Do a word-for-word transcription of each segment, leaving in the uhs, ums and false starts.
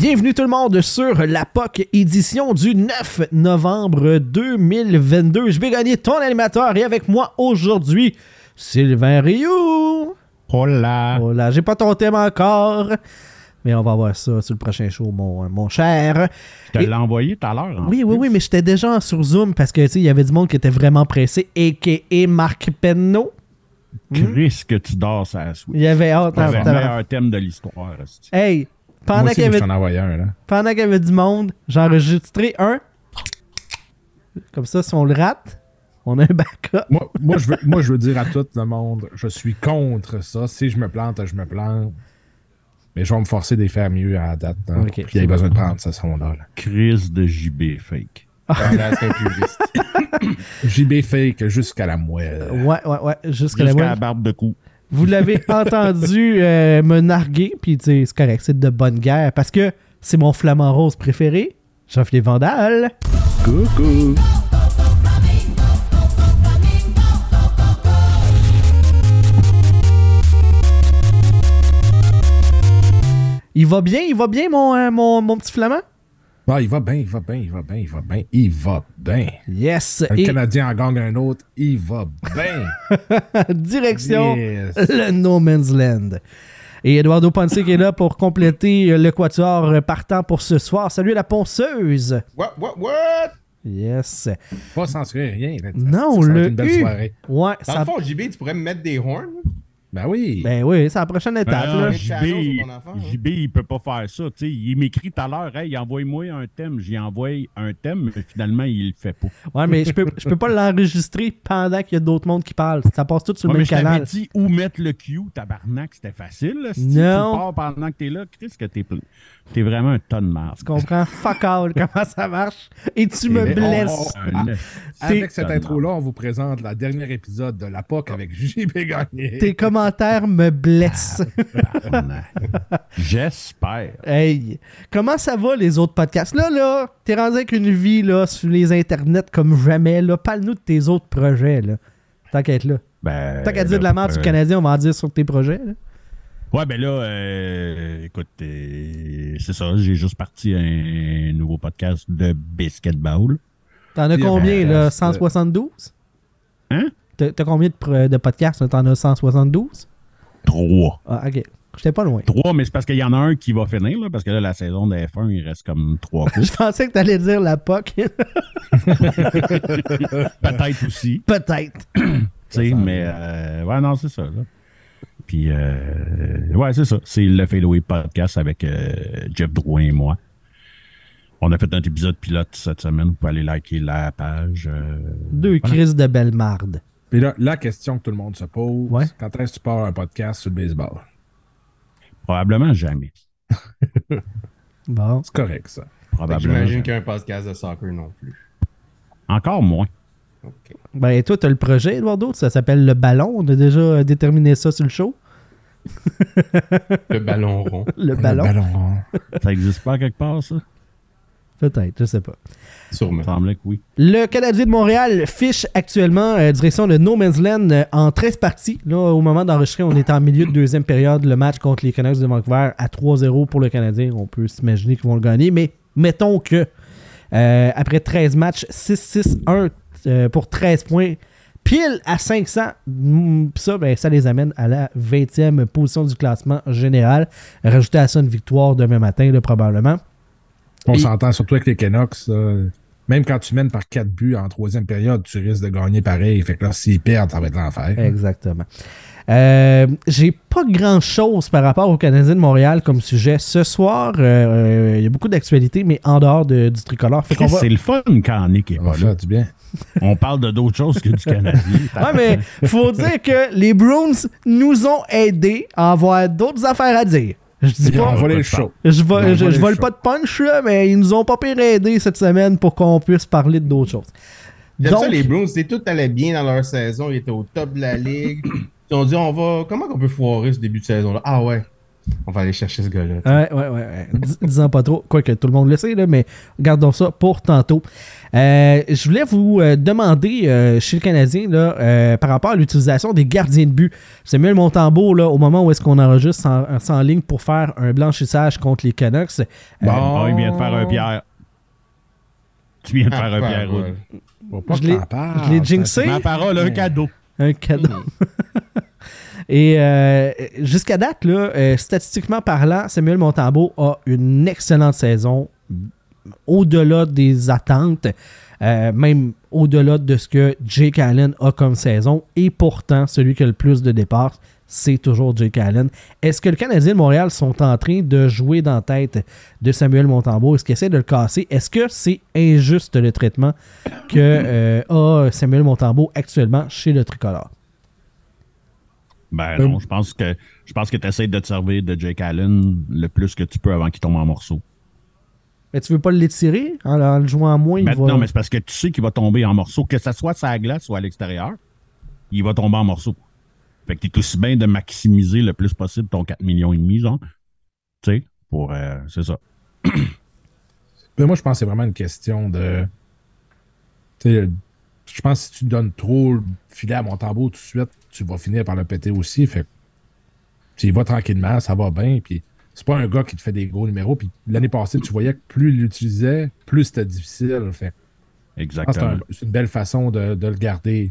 Bienvenue tout le monde sur la P O C édition du neuf novembre deux mille vingt-deux. Je vais gagner ton animateur et avec moi aujourd'hui, Sylvain Rioux. Hola. Hola, j'ai pas ton thème encore, mais on va voir ça sur le prochain show, mon, mon cher. Je te Et... l'ai envoyé tout à l'heure. Oui, plus. oui, oui, mais j'étais déjà sur Zoom parce que, tu sais, il y avait du monde qui était vraiment pressé, a k a. Marc Penneau. Chris, que tu dors ça suite. Il y avait hâte. C'est le meilleur thème de l'histoire. Est-ce. Hey, pendant Moi aussi, qu'il y avait... je t'en envoyais un, là. pendant qu'il y avait du monde, j'ai enregistré un. Comme ça, si on le rate, on a un backup. Moi, moi, je veux, moi, je veux dire à tout le monde, je suis contre ça. Si je me plante, je me plante. Mais je vais me forcer de les faire mieux à la date. Hein, Ok. Puis il y a besoin de prendre ce son-là. Là. Chris de J B fake. Ah, là, c'est plus juste. J B fake jusqu'à la moelle. Ouais, ouais, ouais. Jusqu'à la Jusqu'à moelle. la barbe de cou. Vous l'avez entendu euh, me narguer, puis tu sais, c'est correct, c'est de bonne guerre, parce que c'est mon flamant rose préféré, Jean-Philippe Vandal. Coucou. Il va bien, il va bien, mon, euh, mon, mon petit flamand? Ah, il va bien, il va bien, il va bien, il va bien, il va bien. Yes! Un Et Canadien en gagne un autre, il va bien. direction Yes. le No Man's Land. Et Eduardo Ponce qui est là pour compléter le quatuor partant pour ce soir. Salut la ponceuse! What, what, what? Yes! Pas censurer rien. Là. Non, ça, ça va le être une belle U. soirée. Ouais, Dans ça... le fond, J B, tu pourrais me mettre des horns? Ben oui. Ben oui, c'est la prochaine étape. Ben, là. un J channel B, sur ton affaire, hein? J B, il peut pas faire ça. T'sais, il m'écrit tout à l'heure, hey, envoie-moi un thème. J'y envoie un thème, mais finalement, il le fait pas. Ouais, mais je peux, je peux pas l'enregistrer pendant qu'il y a d'autres mondes qui parlent. Ça passe tout sur Ouais, le mais même je t'avais canal. dit où mettre le Q, tabarnak, c'était facile. Là, si Non. tu pars pendant que t'es là, Chris, que t'es, t'es vraiment un ton de merde. Tu comprends? Fuck all comment ça marche. Et tu me Mais on- blesses. on- Un- Avec cette T'es- intro-là, on vous présente la dernière épisode de la P O C avec J B Gagné. Tes commentaires me blessent. J'espère. Hey, comment ça va les autres podcasts? Là, là, t'es rendu avec une vie là, sur les internets comme jamais. Là. Parle-nous de tes autres projets. Là. Tant qu'à être là. Ben, Tant qu'à dire de la merde euh, sur le Canadien, on va en dire sur tes projets. Là. Ouais, ben là, euh, écoute, euh, c'est ça, j'ai juste parti un nouveau podcast de basketball. T'en as Puis, combien, euh, là? c'est- cent soixante-douze? Hein? T'as, t'as combien de, pro- de podcasts? T'en as cent soixante-douze? Trois. Ah, ok. J'étais pas loin. Trois, mais c'est parce qu'il y en a un qui va finir, là, parce que là, la saison de F un, il reste comme trois Je courses. pensais que t'allais dire la P O C. Peut-être aussi, Peut-être. tu sais, mais euh, ouais, non, c'est ça, là. Puis, euh, ouais, c'est ça. C'est le Fadeaway Podcast avec euh, Jeff Drouin et moi. On a fait un épisode pilote cette semaine. Vous pouvez aller liker la page. euh, Deux voilà. crises de belle marde. Puis là, la question que tout le monde se pose, Ouais. quand est-ce que tu pars un podcast sur le baseball? Probablement jamais. Bon. C'est correct, ça. Fait que Probablement J'imagine jamais. qu'il y a un podcast de soccer non plus. Encore moins. OK. Ben, et toi, t'as le projet, Eduardo? Ça s'appelle Le Ballon. On a déjà déterminé ça sur le show. Le ballon rond. Le Ballon. Le ballon rond. Ça existe pas quelque part, ça? Peut-être, je sais pas. Sûrement. Il me semblait que oui. Le Canadien de Montréal fiche actuellement euh, direction de No Man's Land euh, en treize parties. Là, au moment d'enregistrer, on est en milieu de deuxième période. Le match contre les Canucks de Vancouver à trois zéro pour le Canadien. On peut s'imaginer qu'ils vont le gagner. Mais mettons que euh, après treize matchs, six six un euh, pour treize points, pile à cinq cents. Mm, ça, ben, ça les amène à la vingtième position du classement général. Rajouter à ça une victoire demain matin, là, probablement. On Et- s'entend surtout avec les Canucks. euh, même quand tu mènes par quatre buts en troisième période, tu risques de gagner pareil. Fait que là, s'ils perdent, ça va être l'enfer. Exactement. Euh, j'ai pas grand chose par rapport au Canadien de Montréal comme sujet. Ce soir, il euh, euh, y a beaucoup d'actualités, mais en dehors de- du tricolore. Fait qu'on Chris, va... C'est le fun quand Nick est Ça va pas là. faire du bien. On parle de d'autres choses que du Canadien. Ouais, mais faut dire que les Bruins nous ont aidés à avoir d'autres affaires à dire. Je dis Ils ont pas... volé le pas de show. Je, Ils ont vo- je, volé je le vole show. pas de punch, là, mais ils nous ont pas pire aidés cette semaine pour qu'on puisse parler de d'autres choses. J'aime Donc, ça, les Bruins, c'est tout allait bien dans leur saison. Ils étaétaient au top de la ligue. Ils ont dit, on va... comment on peut foirer ce début de saison-là? Ah ouais. On va aller chercher ce gars-là. Ouais, ouais, ouais. ouais. Dis- Disons pas trop, quoique tout le monde le sait, là, mais gardons ça pour tantôt. Euh, je voulais vous euh, demander, euh, chez le Canadien, là, euh, par rapport à l'utilisation des gardiens de but. Samuel Montembeault, là, au moment où est-ce qu'on enregistre en, en ligne pour faire un blanchissage contre les Canucks. euh, Bon. Ah, il vient de faire un Pierre. Tu viens de Ah, faire un pas, Pierre. ouais. Faut pas Je que l'ai- t'en parles, je l'ai ça, jinxé. c'est- Ma parole, un cadeau. Un cadeau. Et euh, jusqu'à date, là, euh, statistiquement parlant, Samuel Montembeault a une excellente saison, au-delà des attentes, euh, même au-delà de ce que Jake Allen a comme saison. Et pourtant, celui qui a le plus de départs, c'est toujours Jake Allen. Est-ce que le Canadien de Montréal sont en train de jouer dans la tête de Samuel Montembeault? Est-ce qu'ils essaient de le casser? Est-ce que c'est injuste le traitement que euh, a Samuel Montembeault actuellement chez le Tricolore? Ben Euh, non, je pense que je pense que tu essaies de te servir de Jake Allen le plus que tu peux avant qu'il tombe en morceaux. Mais tu veux pas l'étirer en, en le jouant à moins? Ben, il va... Non, mais c'est parce que tu sais qu'il va tomber en morceaux, que ce soit sur la glace ou à l'extérieur, il va tomber en morceaux. Fait que t'es aussi bien de maximiser le plus possible ton quatre millions et demi, genre. Tu sais, pour... Euh, c'est ça. Ben, moi, je pense que c'est vraiment une question de. Tu sais, je pense que si tu donnes trop le filet à Montembeault tout de suite, tu vas finir par le péter aussi. Fait que tu y vas tranquillement, ça va bien. Puis c'est pas un gars qui te fait des gros numéros. Puis l'année passée, tu voyais que plus il l'utilisait, plus c'était difficile. Fait je pense que c'est, Exactement. un- c'est une belle façon de, de le garder.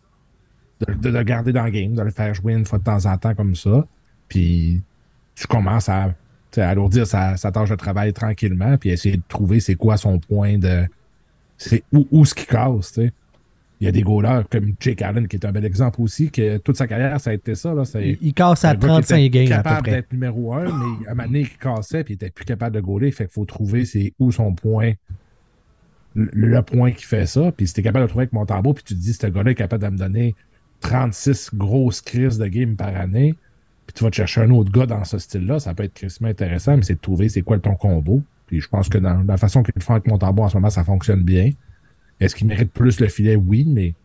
De, de le garder dans le game, de le faire jouer une fois de temps en temps comme ça. Puis tu commences à, tu sais, à alourdir sa, sa tâche de travail tranquillement, puis essayer de trouver c'est quoi son point de. C'est où, où ce qui casse, tu sais. Il y a des goalers comme Jake Allen, qui est un bel exemple aussi, que toute sa carrière, ça a été ça. Là, c'est, il, il casse à un gars qui trente-cinq était games à peu capable près. d'être numéro un, mais à un moment donné, il cassait, puis il était plus capable de goaler. Fait qu'il faut trouver c'est où son point. Le, le point qui fait ça. Puis si t'es capable de le trouver avec Montembeault, puis tu te dis, ce gars-là est capable de me donner trente-six grosses crises de game par année, puis tu vas te chercher un autre gars dans ce style-là, ça peut être crissement intéressant, mais c'est de trouver c'est quoi ton combo. Puis je pense que dans la façon qu'il le fait avec Montembeault en ce moment, ça fonctionne bien. Est-ce qu'il mérite plus le filet? Oui, mais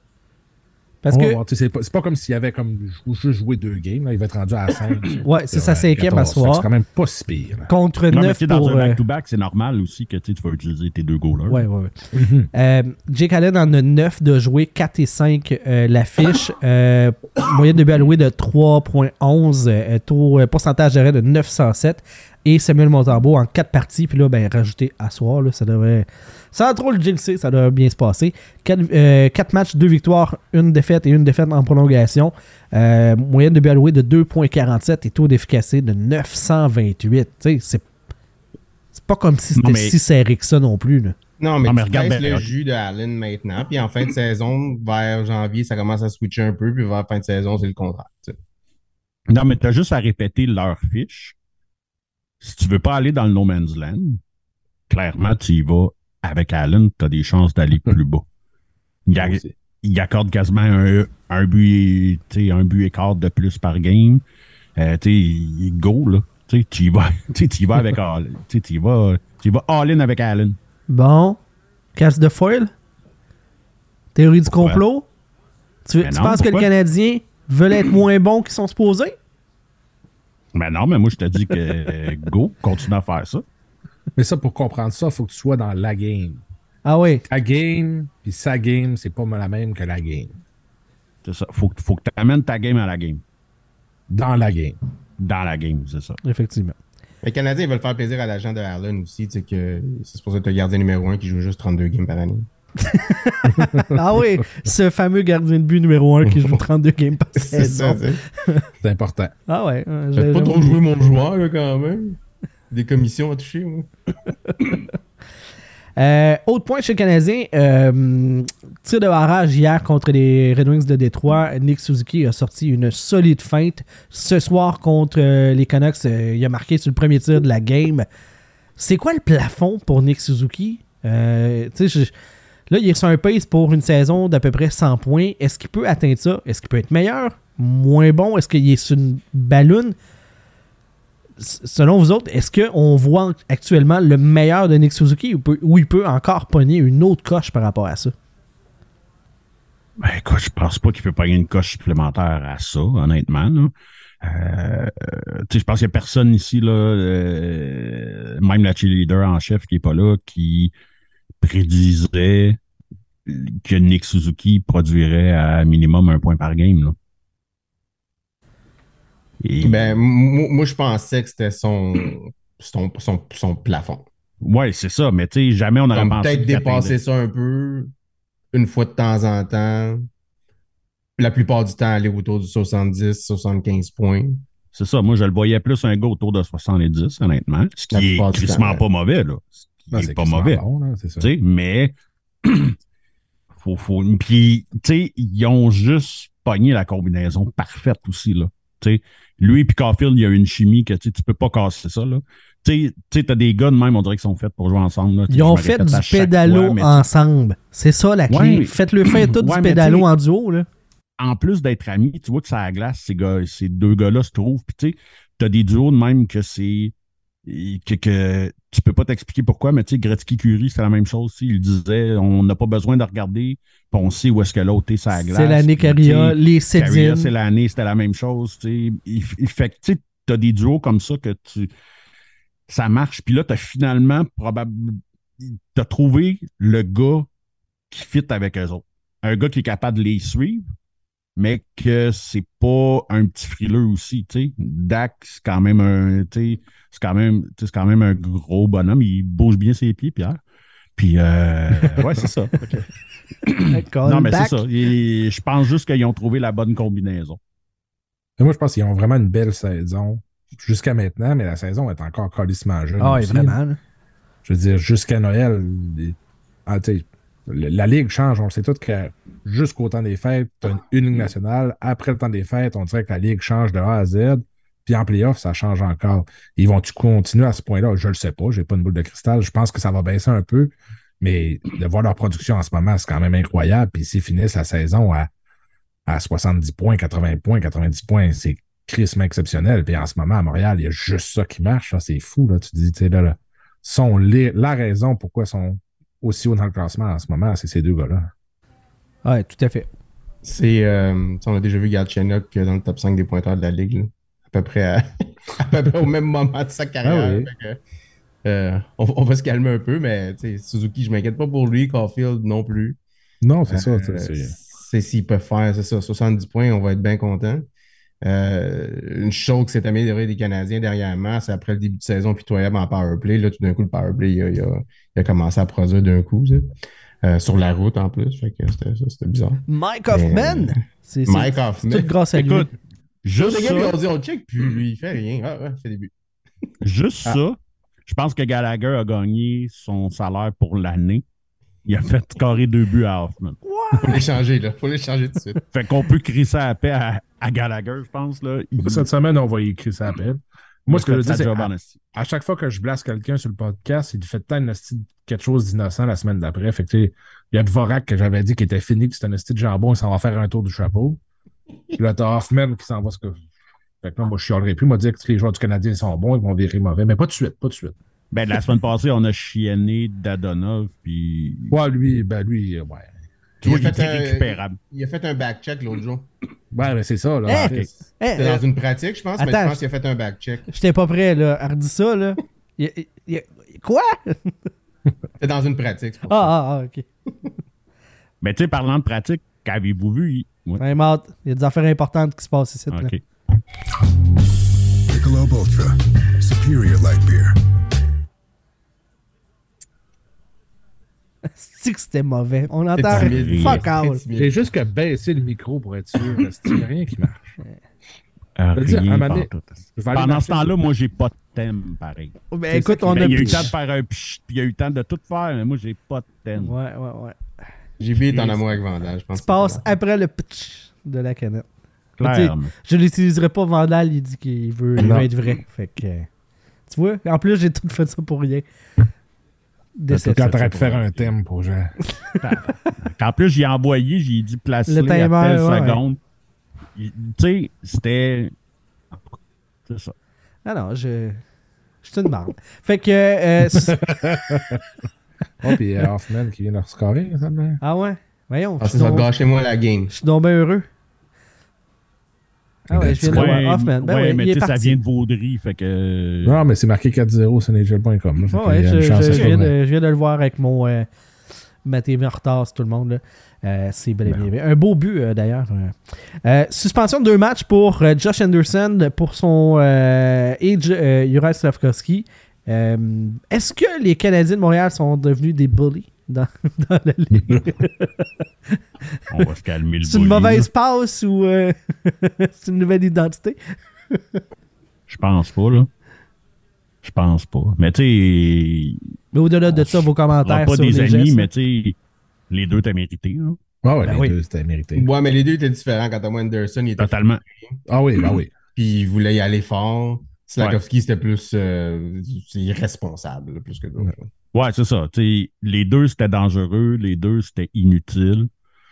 Parce on va que, voir. Tu sais, c'est pas, c'est pas comme s'il avait comme jou- juste joué deux games. Là. Il va être rendu à cinq. ouais, c'est sa cinquième à quatorze. Fait que soir. C'est quand même pas si pire. là. Contre Non, mais tu neuf sais, dans pour... un euh, back-to-back, c'est normal aussi que tu sais, tu vas utiliser tes deux goalers. Ouais, ouais, ouais. Euh, Jake Allen en a neuf de jouer, quatre et cinq euh, l'affiche. Euh, moyenne de but alloué de trois virgule onze, euh, taux, euh, pourcentage d'arrêt de neuf cent sept. Et Samuel Montembeault en quatre parties. Puis là, ben, rajouté à soir, là, ça devrait... Sans trop le jinxer, ça devrait bien se passer. quatre matchs, deux victoires, une défaite et une défaite en prolongation. Euh, moyenne de but alloué de deux virgule quarante-sept et taux d'efficacité de neuf cent vingt-huit. Tu sais, c'est... c'est pas comme si c'était Non, mais- si serré que ça non plus, là. Non, mais Non, mais tu regarde baisses bien, le ok. jus de Allen maintenant, puis en fin de saison, vers janvier, ça commence à switcher un peu, puis vers la fin de saison, c'est le contraire. tu sais. Non, mais tu as juste à répéter leur fiche. Si tu veux pas aller dans le no man's land, clairement, tu y vas avec Allen, tu as des chances d'aller plus bas. Il, a- Aussi. il accorde quasiment un, un but, tu sais, un but et quart de plus par game. Euh, tu sais, il est go, là. Tu sais, tu y vas, tu sais, tu y vas avec Allen. Tu sais, tu y vas, tu y vas all-in avec Allen. Bon. Casse de foil? Théorie du Pourquoi? complot? Tu, Mais tu non, penses que le pourquoi? Canadien veut être moins bon qu'ils sont supposés? Ben non, mais moi, je te dis que euh, go, continue à faire ça. Mais ça, pour comprendre ça, il faut que tu sois dans la game. Ah oui. Ta game, puis sa game, c'est pas la même que la game. C'est ça. Faut, que- faut que tu amènes ta game à la game. Dans la game. Dans la game, c'est ça. Effectivement. Les Canadiens veulent faire plaisir à l'agent de Allen aussi, tu sais, que c'est supposé être le gardien numéro un qui joue juste trente-deux games par année. Ah oui, ce fameux gardien de but numéro un qui joue trente-deux games par C'est ça, saison. tu sais. C'est important. Ah ouais. euh, J'ai j'ai- pas j'ai trop oublié. joué mon joueur, là, quand même. Des commissions à toucher, moi. Euh, autre point chez le Canadien, euh, tir de barrage hier contre les Red Wings de Détroit. Nick Suzuki a sorti une solide feinte. Ce soir contre euh, les Canucks, euh, il a marqué sur le premier tir de la game. C'est quoi le plafond pour Nick Suzuki? Euh, tu sais, je- là, il est sur un pace pour une saison d'à peu près cent points. Est-ce qu'il peut atteindre ça? Est-ce qu'il peut être meilleur? Moins bon? Est-ce qu'il est sur une balloune? S- Selon vous autres, est-ce qu'on voit actuellement le meilleur de Nick Suzuki ou, peut- ou il peut encore pogner une autre coche par rapport à ça? Ben écoute, je pense pas qu'il peut pas gagner une coche supplémentaire à ça, honnêtement. Là. Euh, je pense qu'il n'y a personne ici, là, euh, même la cheerleader en chef qui n'est pas là, qui prédiserait que Nick Suzuki produirait à minimum un point par game. Là. Et... Ben, m- moi, je pensais que c'était son, son, son, son plafond. Ouais, c'est ça, mais tu sais, jamais on aurait Comme pensé. peut-être dépasser ça un peu, une fois de temps en temps. La plupart du temps, aller autour du soixante-dix soixante-quinze points. C'est ça, moi je le voyais plus un gars autour de soixante-dix, honnêtement. Ce qui La est plupart du crissement temps, pas mauvais, là. Ce qui Non, est c'est pas crissement mauvais. bon, là, c'est ça. Tu sais, mais faut, faut. Puis, tu sais, ils ont juste pogné la combinaison parfaite aussi, là. Tu sais, lui et Caulfield, il y a une chimie que tu peux pas casser ça, là. Tu sais, t'as des gars de même, on dirait qu'ils sont faits pour jouer ensemble. Là. Ils ont fait du pédalo fois, ensemble. C'est ça la clé. Ouais, faites-le faire tout ouais, du pédalo en duo, là. En plus d'être amis, tu vois que ça glace, ces, gars, ces deux gars-là se trouvent. Puis tu sais, t'as des duos de même que c'est. Que, que tu peux pas t'expliquer pourquoi, mais tu sais, Gretzky-Curie, c'est la même chose. Il disait, on n'a pas besoin de regarder, puis on sait où est-ce que l'autre est, ça glace. C'est l'année Caria, les Cédines. C'est l'année, c'était la même chose. Tu sais. Il, il fait que tu sais, t'as des duos comme ça que tu. Ça marche. Puis là, t'as finalement probablement. T'as trouvé le gars qui fit avec eux autres. Un gars qui est capable de les suivre, mais que c'est pas un petit frileux aussi, tu sais. Dak, c'est quand même un, tu sais, c'est quand même, c'est quand même un gros bonhomme. Il bouge bien ses pieds, Pierre. Puis, euh, ouais, c'est ça. Non, mais c'est ça. Et je pense juste qu'ils ont trouvé la bonne combinaison. Et moi, je pense qu'ils ont vraiment une belle saison jusqu'à maintenant, mais la saison est encore calissement jeune. Ah, oui, vraiment. Là. Je veux dire, jusqu'à Noël, les... ah, tu sais, la Ligue change, on le sait tous que jusqu'au temps des fêtes, tu as une, une Ligue nationale. Après le temps des fêtes, on dirait que la Ligue change de A à Z. Puis en playoff, ça change encore. Ils vont-tu continuer à ce point-là? Je ne le sais pas. Je n'ai pas une boule de cristal. Je pense que ça va baisser un peu. Mais de voir leur production en ce moment, c'est quand même incroyable. Puis s'ils finissent la saison à, à soixante-dix points, quatre-vingts points, quatre-vingt-dix points, c'est crissement exceptionnel. Puis en ce moment, à Montréal, il y a juste ça qui marche. Là. C'est fou. Là. Tu dis, tu sais, là, là, sont les, la raison pourquoi ils sont aussi haut dans le classement en ce moment, c'est ces deux gars-là. Oui, tout à fait. C'est, euh, on a déjà vu Galchenyuk dans le top cinq des pointeurs de la Ligue, là, à peu près à, à peu près au même moment de sa carrière. Ah oui. que, euh, on, on va se calmer un peu, mais Suzuki, je m'inquiète pas pour lui, Caulfield non plus. Non, c'est ça. Euh, c'est s'ils peuvent faire, c'est ça, soixante-dix points, on va être bien content. Euh, une chose qui s'est améliorée des Canadiens dernièrement, c'est après le début de saison pitoyable en powerplay. Là, tout d'un coup, le powerplay, il a, il a, il a commencé à produire d'un coup. Euh, sur la route en plus. Fait que c'était, c'était bizarre. Mike Hoffman! Euh, c'est, Mike c'est, Hoffman. C'est tout grâce à lui. Écoute, juste les ça. gars, ils ont dit on check, puis lui, il fait rien. Ah, ouais, fait début. Juste ah. ça. Je pense que Gallagher a gagné son salaire pour l'année. Il a fait carrer deux buts à Hoffman. What? Faut l'échanger, là. Faut l'échanger tout de suite. Fait qu'on peut crier ça à paix à, à Gallagher, je pense. Là. Il... Cette semaine, on va y crier ça à paix. Moi, ce que je dis, c'est à, à chaque fois que je blasse quelqu'un sur le podcast, il fait tant quelque chose d'innocent la semaine d'après. Fait que, il y a Dvorak que j'avais dit qu'il était fini, que c'était un esti de jambon, il s'en va faire un tour du chapeau. Puis là, t'as Hoffman qui s'en va ce que. Fait que là, moi, je chialerai plus. Il m'a dit que les joueurs du Canadien sont bons, ils vont virer mauvais. Mais pas de suite, pas de suite. Ben, la semaine passée, on a chienné Dadonov, puis. Ouais, lui, ben, lui, ouais. Tu vois, il, il est récupérable. Il a fait un back-check l'autre jour. Ouais, mais c'est ça, là. Hey, okay. C'était hey, dans une pratique, je pense, attends, mais je pense qu'il a fait un back-check. J'étais pas prêt, là. Elle redit ça, là. Il, il, il, quoi? C'était dans une pratique. Ah, ah, ah, OK. Mais tu sais, parlant de pratique, qu'avez-vous vu? Il... Ouais. Ben, Matt, il y a des affaires importantes qui se passent ici. OK. Michelob Ultra. Superior Light Beer. C'est que c'était mauvais. On entend fuck out. J'ai juste que baisser le micro pour être sûr. Il n'y a rien qui marche. Euh, rien dire, donné, pendant ce temps-là, moi, j'ai pas de thème pareil. Ben, écoute, on a il y a eu le temps de faire un pchit, puis il y a eu le temps de tout faire, mais moi, j'ai pas de thème. Ouais, ouais, ouais. J'ai vu être en amour avec Vandal, je pense. Tu passes après le pitch de la canette. Clairement. Je l'utiliserai pas, Vandal, il dit qu'il veut, il veut être vrai. Fait que, tu vois, en plus, j'ai tout fait ça pour rien. Quand t'aurais pu faire un thème pour genre. En plus, j'ai envoyé, j'ai dit placer le timer, à telle ouais, seconde. Tu sais, c'était. C'est ça. Ah non, je. Je suis une marde. Fait que. Euh, oh, puis euh, Hoffman qui vient de scorer, ça me... Ah ouais? Voyons. Ah, ça va gâcher moi la game. Je suis donc bien heureux. Ah ouais, je viens de Ouais, voir Hoffman. Ben ouais, ouais, mais il est tu sais, ça parti. vient de Vaudry, fait que... Non, mais c'est marqué quatre zéro sur N H L point com. là, fait Ouais, qu'il y ouais, a une je, chance je- à je ça, viens mais- de, je viens de le voir avec mon euh, ma T V en retard, c'est tout le monde. Là. Euh, c'est bel et bien vrai. Un beau but euh, d'ailleurs. Euh, suspension de deux matchs pour euh, Josh Anderson pour son euh, age euh, Juraj Slavkovski. Euh, est-ce que les Canadiens de Montréal sont devenus des bullies dans, dans la ligue? On va se calmer le C'est une bully, mauvaise là. passe ou euh, c'est une nouvelle identité? Je pense pas, là. Je pense pas. Mais tu sais... Mais au-delà de ça, vos On commentaires sera pas sur des les amis, gestes, mais tu sais, les deux t'as mérité, là. Ah ouais, Ben les oui. deux, c'était mérité. Ouais, mais les deux étaient différents. Quant à moi, Anderson, il était Totalement. Ah oui, ben oui. puis il voulait y aller fort. Slavkovski, c'était plus euh, c'est irresponsable, là, plus que d'autres. Ouais, c'est ça. Tu sais, les deux, c'était dangereux. Les deux, c'était inutile.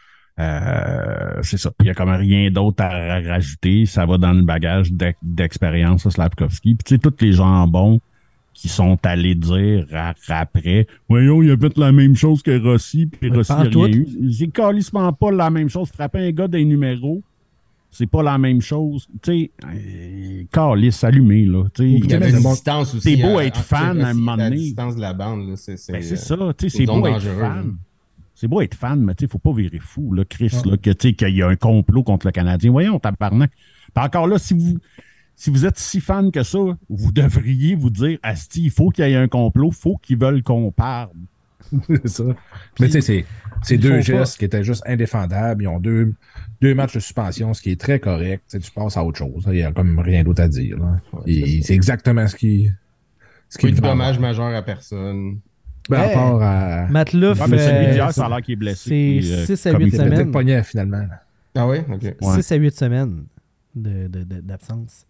Euh, c'est ça. Il y a comme rien d'autre à rajouter. Ça va dans le bagage d'ex- d'expérience, ça, Slavkovski. Puis tu sais, tous les jambons qui sont allés dire à- après, voyons, il a fait la même chose que Rossi, puis Ouais, Rossi n'a pas en rien tout. eu. C'est calissement pas la même chose. Frapper un gars des numéros, c'est pas la même chose. Tu sais, euh, calice allumé, là. Tu sais, Il y avait Mais une bon, distance aussi. c'est beau à- être à- fan à un aussi, moment la donné. distance de la bande, là, c'est c'est, Ben, c'est euh, ça, tu sais, c'est c'est une beau zone être dangereuse, fan. là. C'est beau être fan, mais tu sais, faut pas virer fou, là, Chris, Ah. là, que, tu sais, qu'il y a un complot contre le Canadien. Voyons, tabarnak. Puis encore là, si vous, si vous êtes si fan que ça, vous devriez vous dire, Asti, il faut qu'il y ait un complot, il faut qu'ils veulent qu'on parle. C'est ça. Mais tu sais, c'est- c'est ils deux font gestes qui étaient juste indéfendables. Ils ont deux, deux matchs de suspension, ce qui est très correct. Tu sais, tu passes à autre chose. Il n'y a comme rien d'autre à dire. là. Et c'est exactement ce qui. Ce Pas eu de devrait dommage avoir. majeur à personne. Ben, à Hey. part à. Matelouf, Ouais, mais celui euh, d'hier, ça a l'air qu'il est blessé. c'est puis, euh, six à comme huit il C'est était- semaines. peut-être pogné finalement. Ah ouais? OK. Ouais. six à huit semaines de, de- de- d'absence.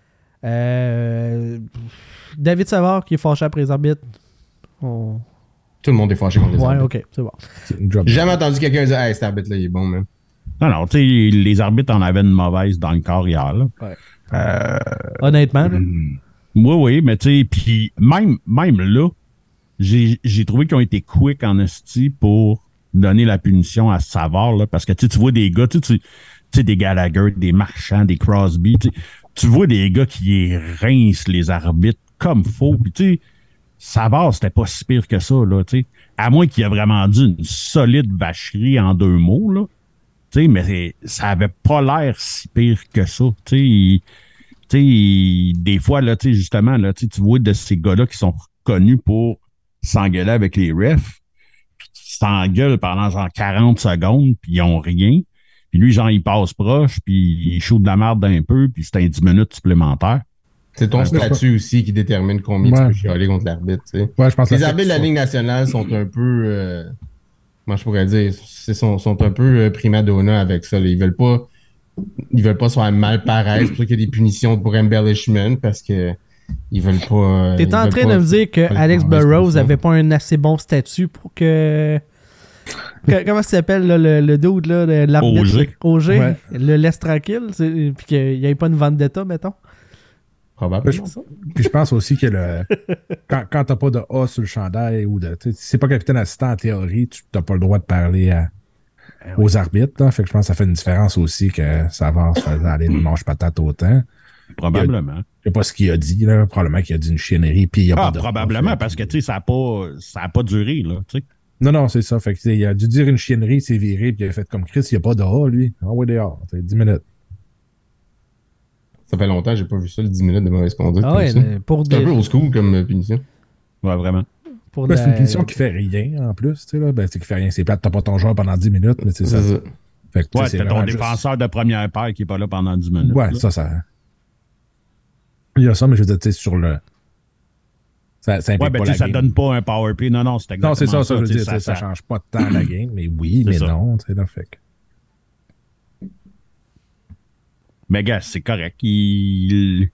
Euh, David Savard qui est fâché après les arbitres. On- Tout le monde est fâché contre les Ouais, arbitres. ok, c'est bon. C'est une job. J'ai jamais entendu quelqu'un dire « Hey, cet arbitre-là, il est bon, man. Non, non, tu sais, les arbitres en avaient une mauvaise dans le corps hier, là. Ouais. Euh, Honnêtement, là. Hmm. oui, oui, mais tu sais, puis même, même là, j'ai j'ai trouvé qu'ils ont été quick en esti pour donner la punition à Savard, là, parce que tu sais, tu vois des gars, tu sais, tu- tu sais, des Gallagher, des Marchands, des Crosby, tu sais, tu vois des gars qui rincent les arbitres comme faux, puis tu sais, Savard, c'était pas si pire que ça, là, tu sais, à moins qu'il ait vraiment dit une solide vacherie en deux mots, là, tu sais, mais ça avait pas l'air si pire que ça, tu sais, il- tu sais, des fois, là, tu sais, justement, là, tu sais, tu vois de ces gars-là qui sont connus pour s'engueuler avec les refs, puis qui s'engueulent pendant genre quarante secondes, puis ils ont rien. Puis lui, genre, il passe proche, puis il shoot de la merde un peu, puis c'est un dix minutes supplémentaires. » C'est ton Ouais, statut aussi qui détermine combien Ouais. tu peux chialer contre l'arbitre. tu sais. Ouais, je pense que Les la arbitres de la section- Ligue nationale sont un peu... euh, comment je pourrais dire? C'est- Sont, sont un peu euh, prima donna avec ça. là. Ils veulent pas... Ils veulent pas se faire mal paraître. C'est pour ça qu'il y a des punitions pour embellishment, parce que ils veulent pas... euh, T'es ils en veulent train pas- de me dire que pas le Alex mauvaise Burrows punition. avait pas un assez bon statut pour que. que- comment ça s'appelle là, le, le dude là, de l'arbitre? Auger. Auger, Ouais. le laisse tranquille, c'est- puis qu'il n'y ait pas une vendetta, mettons. Probablement. Puis je pense aussi que le quand, quand t'as pas de A sur le chandail ou de. tu sais, Si c'est pas capitaine assistant en théorie, tu n'as pas le droit de parler à- aux arbitres. Là. Fait que je pense que ça fait une différence aussi que ça va se faire aller de manche patate autant. Probablement. Je sais pas ce qu'il a dit, là. Probablement qu'il a dit une chiennerie, puis il y a Ah, pas de. probablement, fait, parce que, tu sais, ça n'a pas, ça a pas duré, là, tu sais. Non, non, c'est ça. Fait que, tu sais, il a dû dire une chiennerie, il s'est viré, puis il a fait comme Chris, il n'y a pas de A, lui. Ah ouais, dehors. C'est dix minutes. Ça fait longtemps que j'ai pas vu ça, le dix minutes de mauvaise conduite. Ah comme ouais, ça. euh, pour C'est un des- peu old school comme euh, punition. Ouais, vraiment. pour Ben, de c'est une la- punition qui fait rien, en plus, tu sais, là. Ben, c'est qui fait rien. C'est plate, t'as pas ton joueur pendant dix minutes, mais c'est C'est ça. ça. Fait que, tu sais, Ouais, c'est t'as ton vraiment juste- défenseur de première paire qui est pas là pendant dix minutes. Ouais, là. ça, ça. Il y a ça, mais je veux dire, tu sais, sur le. Ça, ça implique Ouais, ben, pas tu la sais, ça game. donne pas un power play. Non, non, c'est exactement Non, c'est ça, ça, je veux tu sais, dire, ça, ça change pas tant la game, mais oui, C'est mais ça. non, tu sais, là, fait que. Mais gars, c'est correct. Il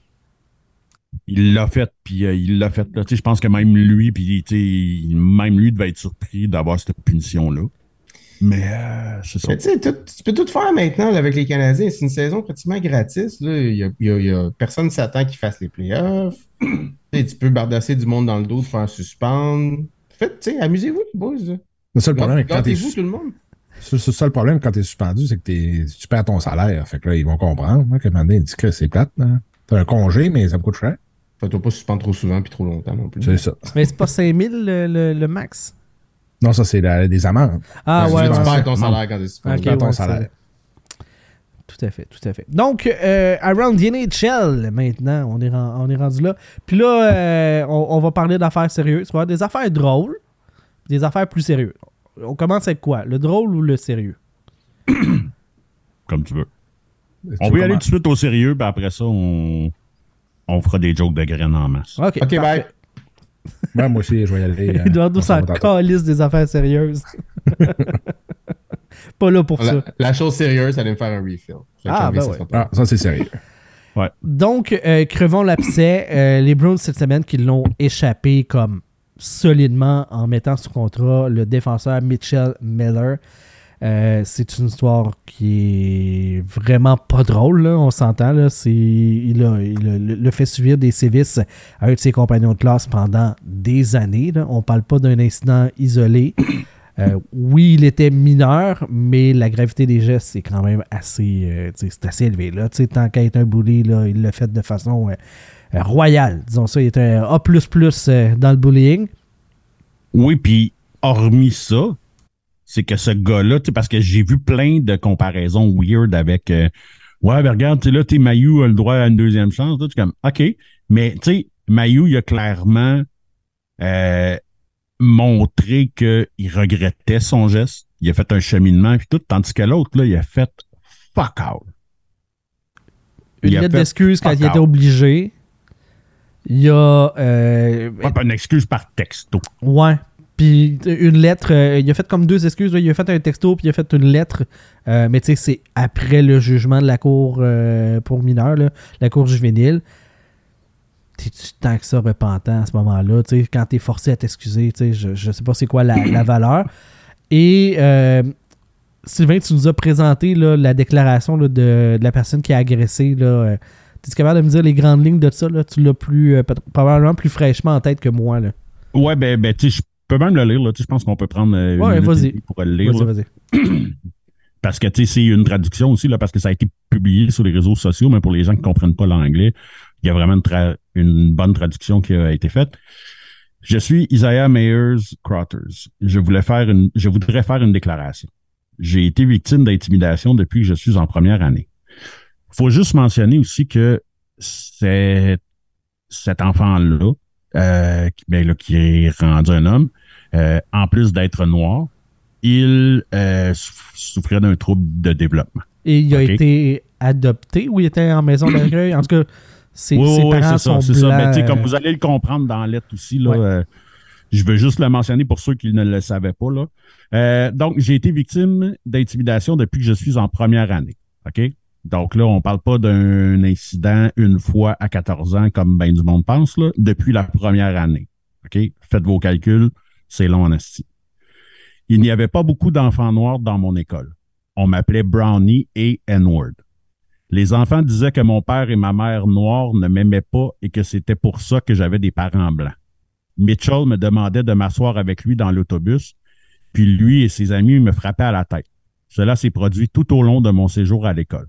il l'a fait, puis euh, il l'a fait. Là. Tu sais, je pense que même lui, puis tu sais, même lui devait être surpris d'avoir cette punition-là. Mais euh, c'est ça. Mais tu sais, tout- tu peux tout faire maintenant là, avec les Canadiens. C'est une saison pratiquement gratis. Là. Il y a, il y a- il y a- personne ne s'attend qu'ils fassent les playoffs. Tu sais, tu peux bardasser du monde dans le dos, te faire suspendre. Faites, tu sais, amusez-vous, les boys. là. Le seul problème, c'est que quand t'es Gâtez-vous tout le monde. C'est c'est ça le problème quand t'es suspendu, c'est que t'es, tu perds ton salaire. Fait que là, ils vont comprendre hein, que maintenant, ils disent que c'est plate. Hein. T'as un congé, mais ça me coûte cher. Fais-toi pas suspendre trop souvent puis trop longtemps non plus. C'est ça. Mais c'est pas cinq mille le, le, le max? Non, ça, c'est la, des amendes. Ah Ouais, ouais, tu ouais, perds ouais. ton salaire quand t'es suspendu. Ok, Tu perds ton ouais, salaire. Tout à fait, tout à fait. Donc, euh, Around the N H L, maintenant, on est, ren- on est rendu là. Puis là, euh, on, on va parler d'affaires sérieuses. Tu vois, des affaires drôles, des affaires plus sérieuses. On commence avec quoi? Le drôle ou le sérieux? Comme tu veux. Tu On veux va y aller comment- tout de suite au sérieux, puis après ça, on, on fera des jokes de graines en masse. OK, Ok, bye. Ouais, moi aussi, je vais y aller. euh, Eduardo on s'en s'en va tantôt. calisse des affaires sérieuses. Pas là pour ça. La, la chose sérieuse, ça allait me faire un refill. Fait que Ah, janvier, ben ça ouais. sera pas- Ah, ça, c'est sérieux. Donc, euh, crevons l'abcès. Euh, les Browns cette semaine qui l'ont échappé comme solidement en mettant sous contrat le défenseur Mitchell Miller. Euh, c'est une histoire qui est vraiment pas drôle, là, on s'entend. Là. C'est, il, a, il a le fait subir des sévices à un de ses compagnons de classe pendant des années. Là. On parle pas d'un incident isolé. Euh, oui, il était mineur, mais la gravité des gestes, c'est quand même assez, euh, tu sais, c'est assez élevé. Là. Tu sais, tant qu'à être un bully, là, il l'a fait de façon euh, euh, royale. Disons ça, il était un A plus plus euh, dans le bullying. Oui, puis hormis ça, c'est que ce gars-là, tu sais, parce que j'ai vu plein de comparaisons weird avec euh, ouais, ben regarde, tu sais, là, tu sais, Mayu a le droit à une deuxième chance. Là, tu es comme OK. Mais tu sais, Mayu, il a clairement euh, montré qu'il regrettait son geste. Il a fait un cheminement puis tout, tandis que l'autre, là, il a fait fuck out. Une Il a lettre fait d'excuse quand fuck il était out. obligé. Il y a. Euh, Ouais, pas une excuse par texto. ouais. Puis une lettre. euh, il a fait comme deux excuses. Là. Il a fait un texto, puis il a fait une lettre. Euh, mais tu sais, c'est après le jugement de la cour euh, pour mineurs, là, la cour juvénile. T'es-tu tant que ça repentant à ce moment-là? Tu sais, quand t'es forcé à t'excuser, tu sais, je, je sais pas c'est quoi la, la valeur. Et. Euh, Sylvain, tu nous as présenté là, la déclaration là, de, de la personne qui a agressé. Là, euh, es-tu capable de me dire les grandes lignes de ça? Là? Tu l'as plus, euh, probablement plus fraîchement en tête que moi. Là. Ouais, ben, ben tu sais, je peux même le lire. Là. Tu sais, je pense qu'on peut prendre euh, une Ouais, minute vas-y. et demie pour le lire. Vas-y, là. vas-y. Parce que, tu sais, c'est une traduction aussi, là, parce que ça a été publié sur les réseaux sociaux, mais pour les gens qui ne comprennent pas l'anglais, il y a vraiment une, tra- une bonne traduction qui a été faite. Je suis Isaiah Meyers Crothers. Je voulais faire une, je voudrais faire une déclaration. J'ai été victime d'intimidation depuis que je suis en première année. Il faut juste mentionner aussi que c'est cet enfant-là, euh, qui- ben, là, qui est rendu un homme, euh, en plus d'être noir, il euh, souff- souffrait d'un trouble de développement. Et il a Ok. été adopté ou il était en maison d'accueil? En tout cas, ses, Oui, ses oui, parents c'est ça, sont c'est blancs. ça. Ben, tu sais, comme euh, vous allez le comprendre dans la lettre aussi, là, Ouais. euh, je veux juste le mentionner pour ceux qui ne le savaient pas. Là. Euh, donc, j'ai été victime d'intimidation depuis que je suis en première année. OK? Donc là, on ne parle pas d'un incident une fois à quatorze ans, comme ben du monde pense, là, depuis la première année. OK? Faites vos calculs, c'est long en esti. Il n'y avait pas beaucoup d'enfants noirs dans mon école. On m'appelait Brownie et N-word. Les enfants disaient que mon père et ma mère noirs ne m'aimaient pas et que c'était pour ça que j'avais des parents blancs. Mitchell me demandait de m'asseoir avec lui dans l'autobus, puis lui et ses amis me frappaient à la tête. Cela s'est produit tout au long de mon séjour à l'école.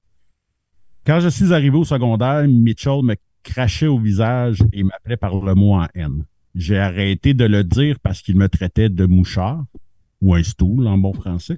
Quand je suis arrivé au secondaire, Mitchell me crachait au visage et m'appelait par le mot en haine. J'ai arrêté de le dire parce qu'il me traitait de mouchard, ou un stool en bon français,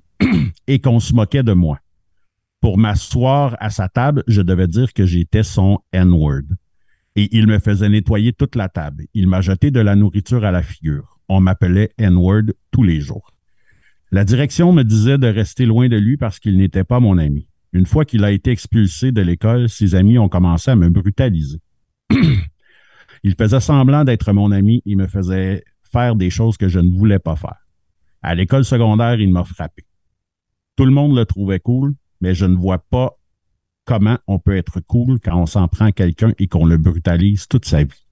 et qu'on se moquait de moi. Pour m'asseoir à sa table, je devais dire que j'étais son N-word. Et il me faisait nettoyer toute la table. Il m'a jeté de la nourriture à la figure. On m'appelait N-word tous les jours. La direction me disait de rester loin de lui parce qu'il n'était pas mon ami. Une fois qu'il a été expulsé de l'école, ses amis ont commencé à me brutaliser. Il faisait semblant d'être mon ami et me faisait faire des choses que je ne voulais pas faire. À l'école secondaire, il m'a frappé. Tout le monde le trouvait cool, mais je ne vois pas comment on peut être cool quand on s'en prend à quelqu'un et qu'on le brutalise toute sa vie.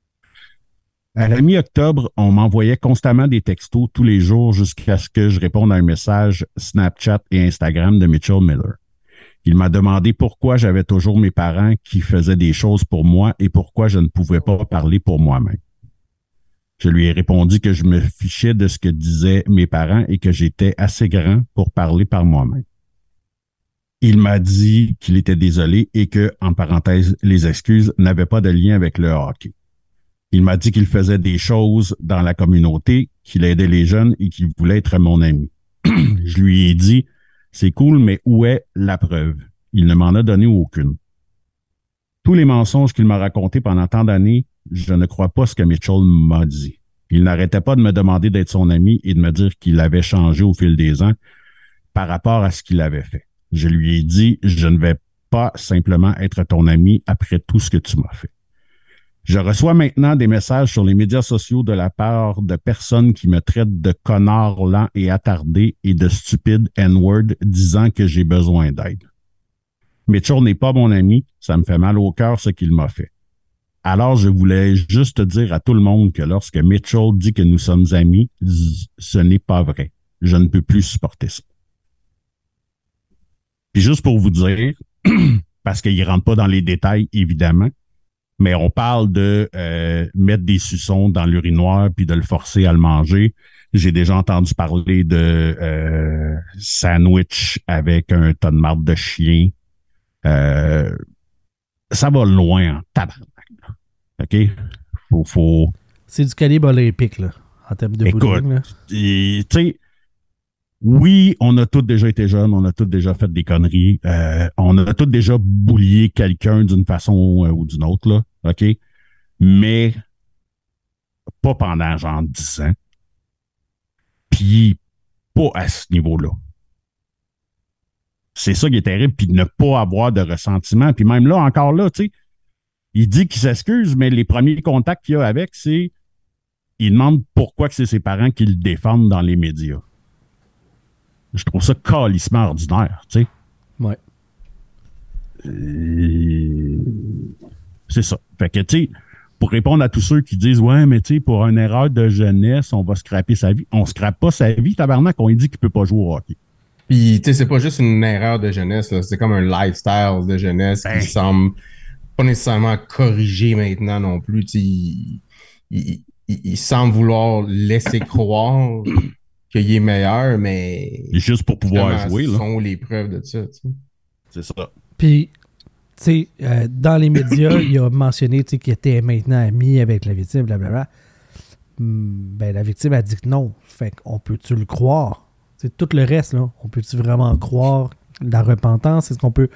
À la mi-octobre, on m'envoyait constamment des textos tous les jours jusqu'à ce que je réponde à un message Snapchat et Instagram de Mitchell Miller. Il m'a demandé pourquoi j'avais toujours mes parents qui faisaient des choses pour moi et pourquoi je ne pouvais pas parler pour moi-même. Je lui ai répondu que je me fichais de ce que disaient mes parents et que j'étais assez grand pour parler par moi-même. Il m'a dit qu'il était désolé et que, en parenthèse, les excuses n'avaient pas de lien avec le hockey. Il m'a dit qu'il faisait des choses dans la communauté, qu'il aidait les jeunes et qu'il voulait être mon ami. Je lui ai dit, c'est cool, mais où est la preuve? Il ne m'en a donné aucune. Tous les mensonges qu'il m'a racontés pendant tant d'années, je ne crois pas ce que Mitchell m'a dit. Il n'arrêtait pas de me demander d'être son ami et de me dire qu'il avait changé au fil des ans par rapport à ce qu'il avait fait. Je lui ai dit, je ne vais pas simplement être ton ami après tout ce que tu m'as fait. Je reçois maintenant des messages sur les médias sociaux de la part de personnes qui me traitent de connard lent et attardé et de stupide N-word disant que j'ai besoin d'aide. Mitchell n'est pas mon ami, ça me fait mal au cœur ce qu'il m'a fait. Alors, je voulais juste dire à tout le monde que lorsque Mitchell dit que nous sommes amis, ce n'est pas vrai. Je ne peux plus supporter ça. Puis juste pour vous dire, parce qu'il ne rentre pas dans les détails, évidemment, mais on parle de euh, mettre des suçons dans l'urinoir puis de le forcer à le manger. J'ai déjà entendu parler de euh, sandwich avec un tas de marde de chien. Euh, ça va loin en tabarnak. OK? Faut, faut... C'est du calibre olympique, là, en termes de Écoute, bullying. tu sais, oui, on a tous déjà été jeunes, on a tous déjà fait des conneries, euh, on a tous déjà boulié quelqu'un d'une façon ou d'une autre, là, OK? Mais pas pendant genre dix ans. Puis pas à ce niveau-là. C'est ça qui est terrible, puis de ne pas avoir de ressentiment. Puis même là, encore là, tu sais, il dit qu'il s'excuse, mais les premiers contacts qu'il a avec, c'est il demande pourquoi que c'est ses parents qui le défendent dans les médias. Je trouve ça calissement ordinaire, tu sais. Ouais. Euh, c'est ça. Fait que, tu sais, pour répondre à tous ceux qui disent « Ouais, mais tu sais, pour une erreur de jeunesse, on va scraper sa vie. » On scrape pas sa vie, tabarnak, on lui dit qu'il peut pas jouer au hockey. Puis, tu sais, c'est pas juste une erreur de jeunesse, là. C'est comme un lifestyle de jeunesse Ben. qui semble pas nécessairement corrigé maintenant non plus. Tu sais, il, il, il, il semble vouloir laisser croire qu'il est meilleur, mais... Juste pour pouvoir jouer, là. sont les preuves de ça, tu sais. C'est ça. Puis, tu sais, euh, dans les médias, il a mentionné qu'il était maintenant ami avec la victime, blablabla. Hum, ben, la victime a dit que non. Fait qu'on peut-tu le croire? T'sais, tout le reste, là, on peut-tu vraiment croire la repentance? Est-ce qu'on peut...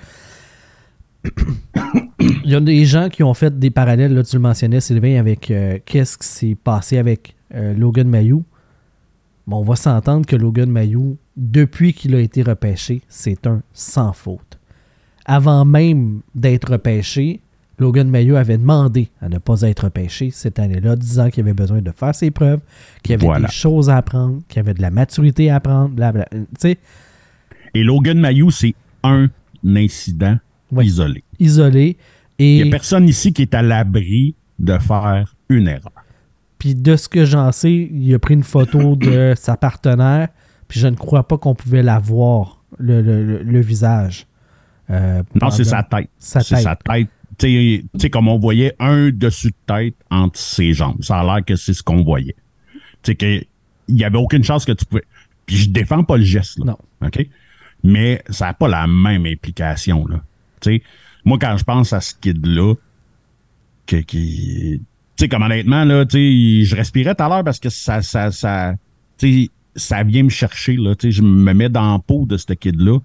Il y a des gens qui ont fait des parallèles, là, tu le mentionnais, Sylvain, avec euh, qu'est-ce qui s'est passé avec euh, Logan Mailloux. Bon, on va s'entendre que Logan Mailloux, depuis qu'il a été repêché, c'est un sans faute. Avant même d'être repêché, Logan Mailloux avait demandé à ne pas être repêché cette année-là, disant qu'il avait besoin de faire ses preuves, qu'il y avait Voilà. des choses à apprendre, qu'il y avait de la maturité à apprendre, blablabla. Tu sais, Et Logan Mailloux, c'est un incident ouais, isolé. isolé. Il Et n'y a personne ici qui est à l'abri de faire une erreur. puis de ce que j'en sais, il a pris une photo de sa partenaire, puis je ne crois pas qu'on pouvait la voir, le, le, le, le visage. Euh, Non, pendant- c'est sa tête. Sa c'est tête. sa tête. Tu sais, comme on voyait un dessus de tête entre ses jambes. Ça a l'air que c'est ce qu'on voyait. Tu sais, qu'il n'y avait aucune chance que tu pouvais... Puis je défends pas le geste, là. Non. OK? Mais ça n'a pas la même implication, là. Tu sais, moi, quand je pense à ce kid-là, que, qui... Tu sais, comme honnêtement, là, tu sais, je respirais tout à l'heure parce que ça... ça, ça tu sais, ça vient me chercher, là. Tu sais, je me mets dans la peau de ce kid-là.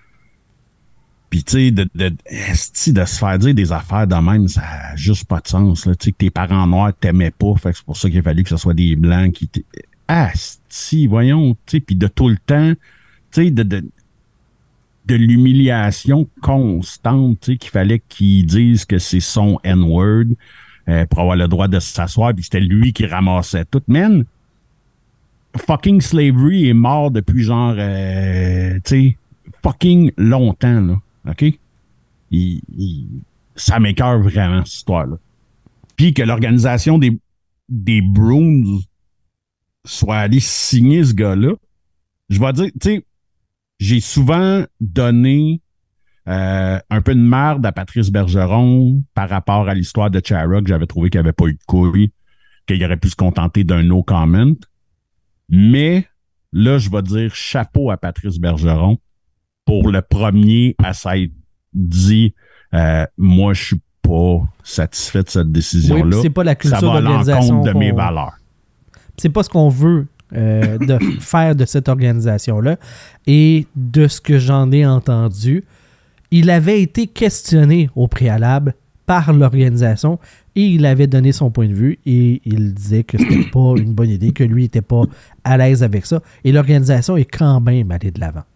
Puis, tu sais, de, de, esti, de se faire dire des affaires de même, ça n'a juste pas de sens. Tu sais, que tes parents noirs t'aimaient pas, fait que c'est pour ça qu'il a fallu que ce soit des blancs qui... T'... Ah, si, voyons, tu sais, puis de tout le temps, tu sais, de, de, de l'humiliation constante, tu sais, qu'il fallait qu'ils disent que c'est son N-word euh, pour avoir le droit de s'asseoir, puis c'était lui qui ramassait tout. Man, fucking slavery est mort depuis genre, euh, tu sais, fucking longtemps, là. OK? Il, il, ça m'écoeure vraiment, cette histoire-là. Puis que l'organisation des, des Bruins soit allée signer ce gars-là, je vais dire, tu sais, j'ai souvent donné euh, un peu de merde à Patrice Bergeron par rapport à l'histoire de Chara, que j'avais trouvé qu'il n'avait pas eu de couilles. qu'il aurait pu se contenter d'un no comment. Mais là, je vais dire chapeau à Patrice Bergeron pour le premier à s'être dit euh, moi, je suis pas satisfait de cette décision-là. Oui, c'est pas la culture ça va à d'organisation l'encontre de mes qu'on- valeurs. C'est pas ce qu'on veut euh, de faire de cette organisation-là. Et de ce que j'en ai entendu, il avait été questionné au préalable par l'organisation et il avait donné son point de vue et il disait que c'était pas une bonne idée, que lui était pas à l'aise avec ça. Et l'organisation est quand même allée de l'avant.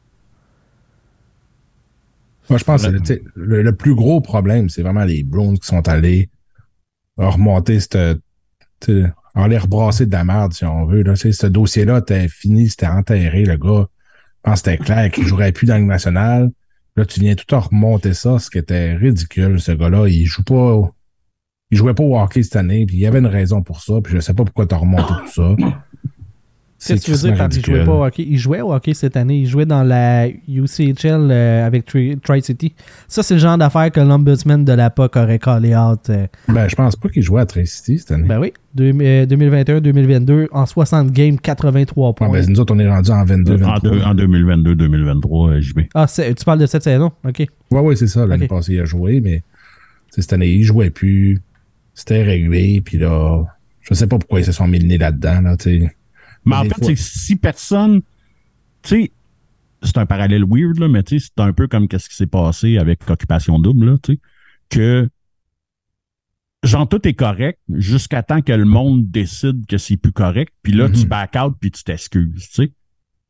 Moi, je pense que tu sais, le, le plus gros problème, c'est vraiment les Browns qui sont allés remonter cette. tu sais, en les rebrasser de la merde, si on veut. Là. Tu sais, ce dossier-là était fini, c'était enterré, le gars. Je pense que c'était clair qu'il ne jouerait plus dans le national. Là, tu viens tout en remonter ça, ce qui était ridicule. Ce gars-là, il joue pas. Il jouait pas au hockey cette année, puis il y avait une raison pour ça, puis je sais pas pourquoi tu as remonté tout ça. Qu'est-ce que tu veux dire par qu'il jouait pas au hockey? Il jouait au hockey cette année. Il jouait dans la U C H L euh, avec Tri- Tri-City. Ça, c'est le genre d'affaire que l'ombudsman de la P O C aurait callé out. Euh. Ben, je pense pas qu'il jouait à Tri-City cette année. Ben oui. Deux- euh, deux mille vingt et un deux mille vingt-deux, en soixante games, quatre-vingt-trois points. Ouais, ben, nous autres, on est rendu en vingt-deux En, vingt-trois. deux- en deux mille vingt-deux deux mille vingt-trois, euh, J B. Ah, c'est- tu parles de cette saison? OK. Ouais, ouais, c'est ça. L'année Ok. passée, il a joué, mais tu sais, cette année, il jouait plus. C'était réglé, puis là, je sais pas pourquoi ils se sont mis le nez là-dedans, là, tu sais. Mais en Des fait, fois- c'est que si personne. Tu sais, c'est un parallèle weird, là, mais tu sais, c'est un peu comme ce qui s'est passé avec Occupation Double, là, tu sais, que. Genre, tout est correct jusqu'à temps que le monde décide que c'est plus correct, puis là, Mm-hmm. tu back out puis tu t'excuses, tu sais.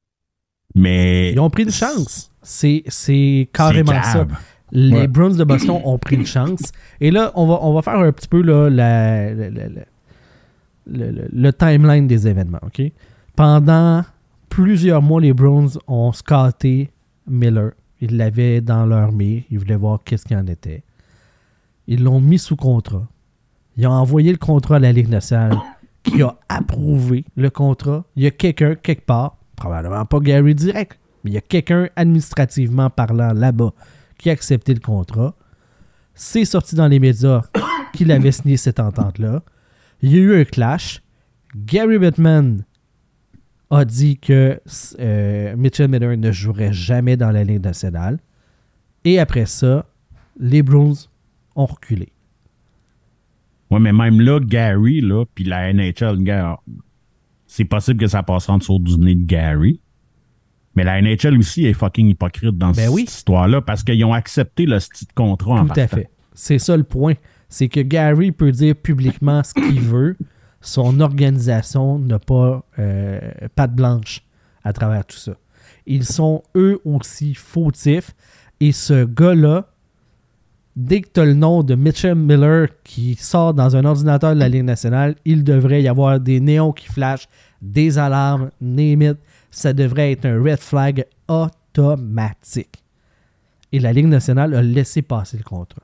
Mais. Ils ont pris une chance. C'est, c'est carrément c'est ça. grave. Les Ouais. Bruins de Boston ont pris une chance. Et là, on va, on va faire un petit peu là, la, la- la- la- le, le- le timeline des événements. OK? Pendant plusieurs mois, les Bruins ont scouté Miller. Ils l'avaient dans leur mire. Ils voulaient voir qu'est-ce qu'il en était. Ils l'ont mis sous contrat. Ils ont envoyé le contrat à la Ligue nationale qui a approuvé le contrat. Il y a quelqu'un, quelque part, probablement pas Gary direct, mais il y a quelqu'un administrativement parlant là-bas qui a accepté le contrat. C'est sorti dans les médias qu'il avait signé cette entente-là. Il y a eu un clash. Gary Bettman a dit que euh, Mitchell Miller ne jouerait jamais dans la Ligue nationale. Et après ça, les Bruins ont reculé. Ouais, mais même là, Gary, là, puis la N H L, gars, c'est possible que ça passera en dessous du nez de Gary. Mais la N H L aussi est fucking hypocrite dans Ben cette oui. histoire-là parce qu'ils ont accepté le style de contrat en Tout à partant. fait. C'est ça le point. C'est que Gary peut dire publiquement ce qu'il veut. Son organisation n'a pas euh, patte blanche à travers tout ça. Ils sont eux aussi fautifs. Et ce gars-là, dès que tu as le nom de Mitchell Miller qui sort dans un ordinateur de la Ligue nationale, il devrait y avoir des néons qui flashent, des alarmes, name it. Ça devrait être un red flag automatique. Et la Ligue nationale a laissé passer le contrat.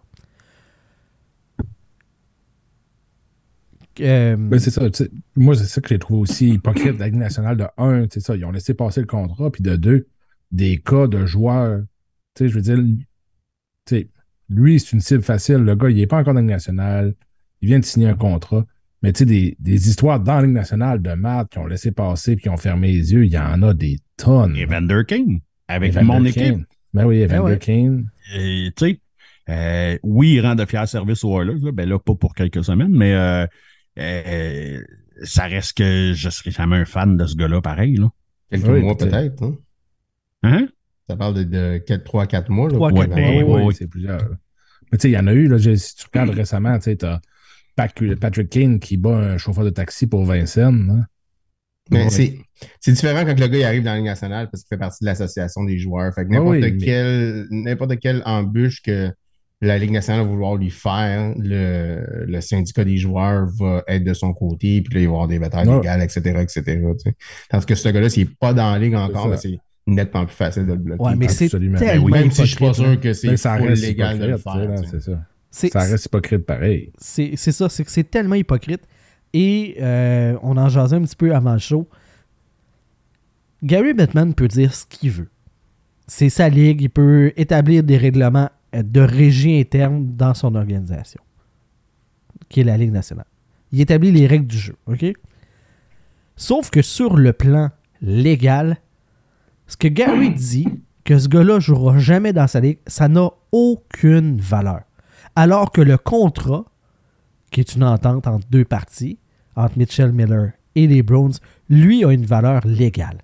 Euh, Ben, c'est ça. tu sais, Moi, c'est ça que j'ai trouvé aussi hypocrite de la Ligue nationale. De un, c'est ça, ils ont laissé passer le contrat. Puis de deux, des cas de joueurs. Tu sais, je veux dire, tu sais, lui, c'est une cible facile. Le gars, il n'est pas encore dans la Ligue nationale. Il vient de signer un contrat. Mais tu sais, des, des histoires dans la Ligue nationale de maths qui ont laissé passer puis qui ont fermé les yeux, il y en a des tonnes. Evander Kane, avec Evander mon Kane. équipe. Ben oui, Evander Ben ouais. Kane. Et, tu sais, euh, oui, il rend de fiers services aux Oilers, là, ben là, pas pour quelques semaines, mais euh, euh, ça reste que je serais jamais un fan de ce gars-là, pareil, là. Quelques Oui, mois peut-être. peut-être. Hein? Hein? Ça parle de, de trois à quatre mois. Là, Trois à pour- quatre Ouais, mois, ouais, oui, ouais, oui. c'est plusieurs. là. Mais tu sais, il y en a eu, là, j'ai- si tu regardes récemment, tu sais, t'as Pat- Patrick Kane qui bat un chauffeur de taxi pour Vincennes. Hein? Mais Ouais. c'est, c'est différent quand le gars il arrive dans la Ligue nationale parce qu'il fait partie de l'association des joueurs. Fait que n'importe, Ah oui, mais- quelle, n'importe quelle embûche que la Ligue nationale va vouloir lui faire, le, le syndicat des joueurs va être de son côté, puis là, il va y avoir des batailles Ouais. légales, et cetera, et cetera. tu sais. Tandis que ce gars-là, s'il n'est pas dans la Ligue encore, ça. ben, c'est nettement plus facile de le bloquer. ouais, mais c'est Absolument. tellement Même si je suis pas hypocrite, là. sûr que c'est Mais ça full reste légal de le hypocrite, tu sais, faire. là, tu sais. c'est ça. C'est- Ça reste hypocrite pareil. C'est, c'est ça, c'est que c'est tellement hypocrite. Et euh, on en jasait un petit peu avant le show. Gary Bettman peut dire ce qu'il veut. C'est sa ligue, il peut établir des règlements de régie interne dans son organisation, qui est la Ligue nationale. Il établit les règles du jeu, OK? Sauf que sur le plan légal, ce que Gary dit, que ce gars-là jouera jamais dans sa ligue, ça n'a aucune valeur. Alors que le contrat, qui est une entente entre deux parties, entre Mitchell Miller et les Browns, lui a une valeur légale.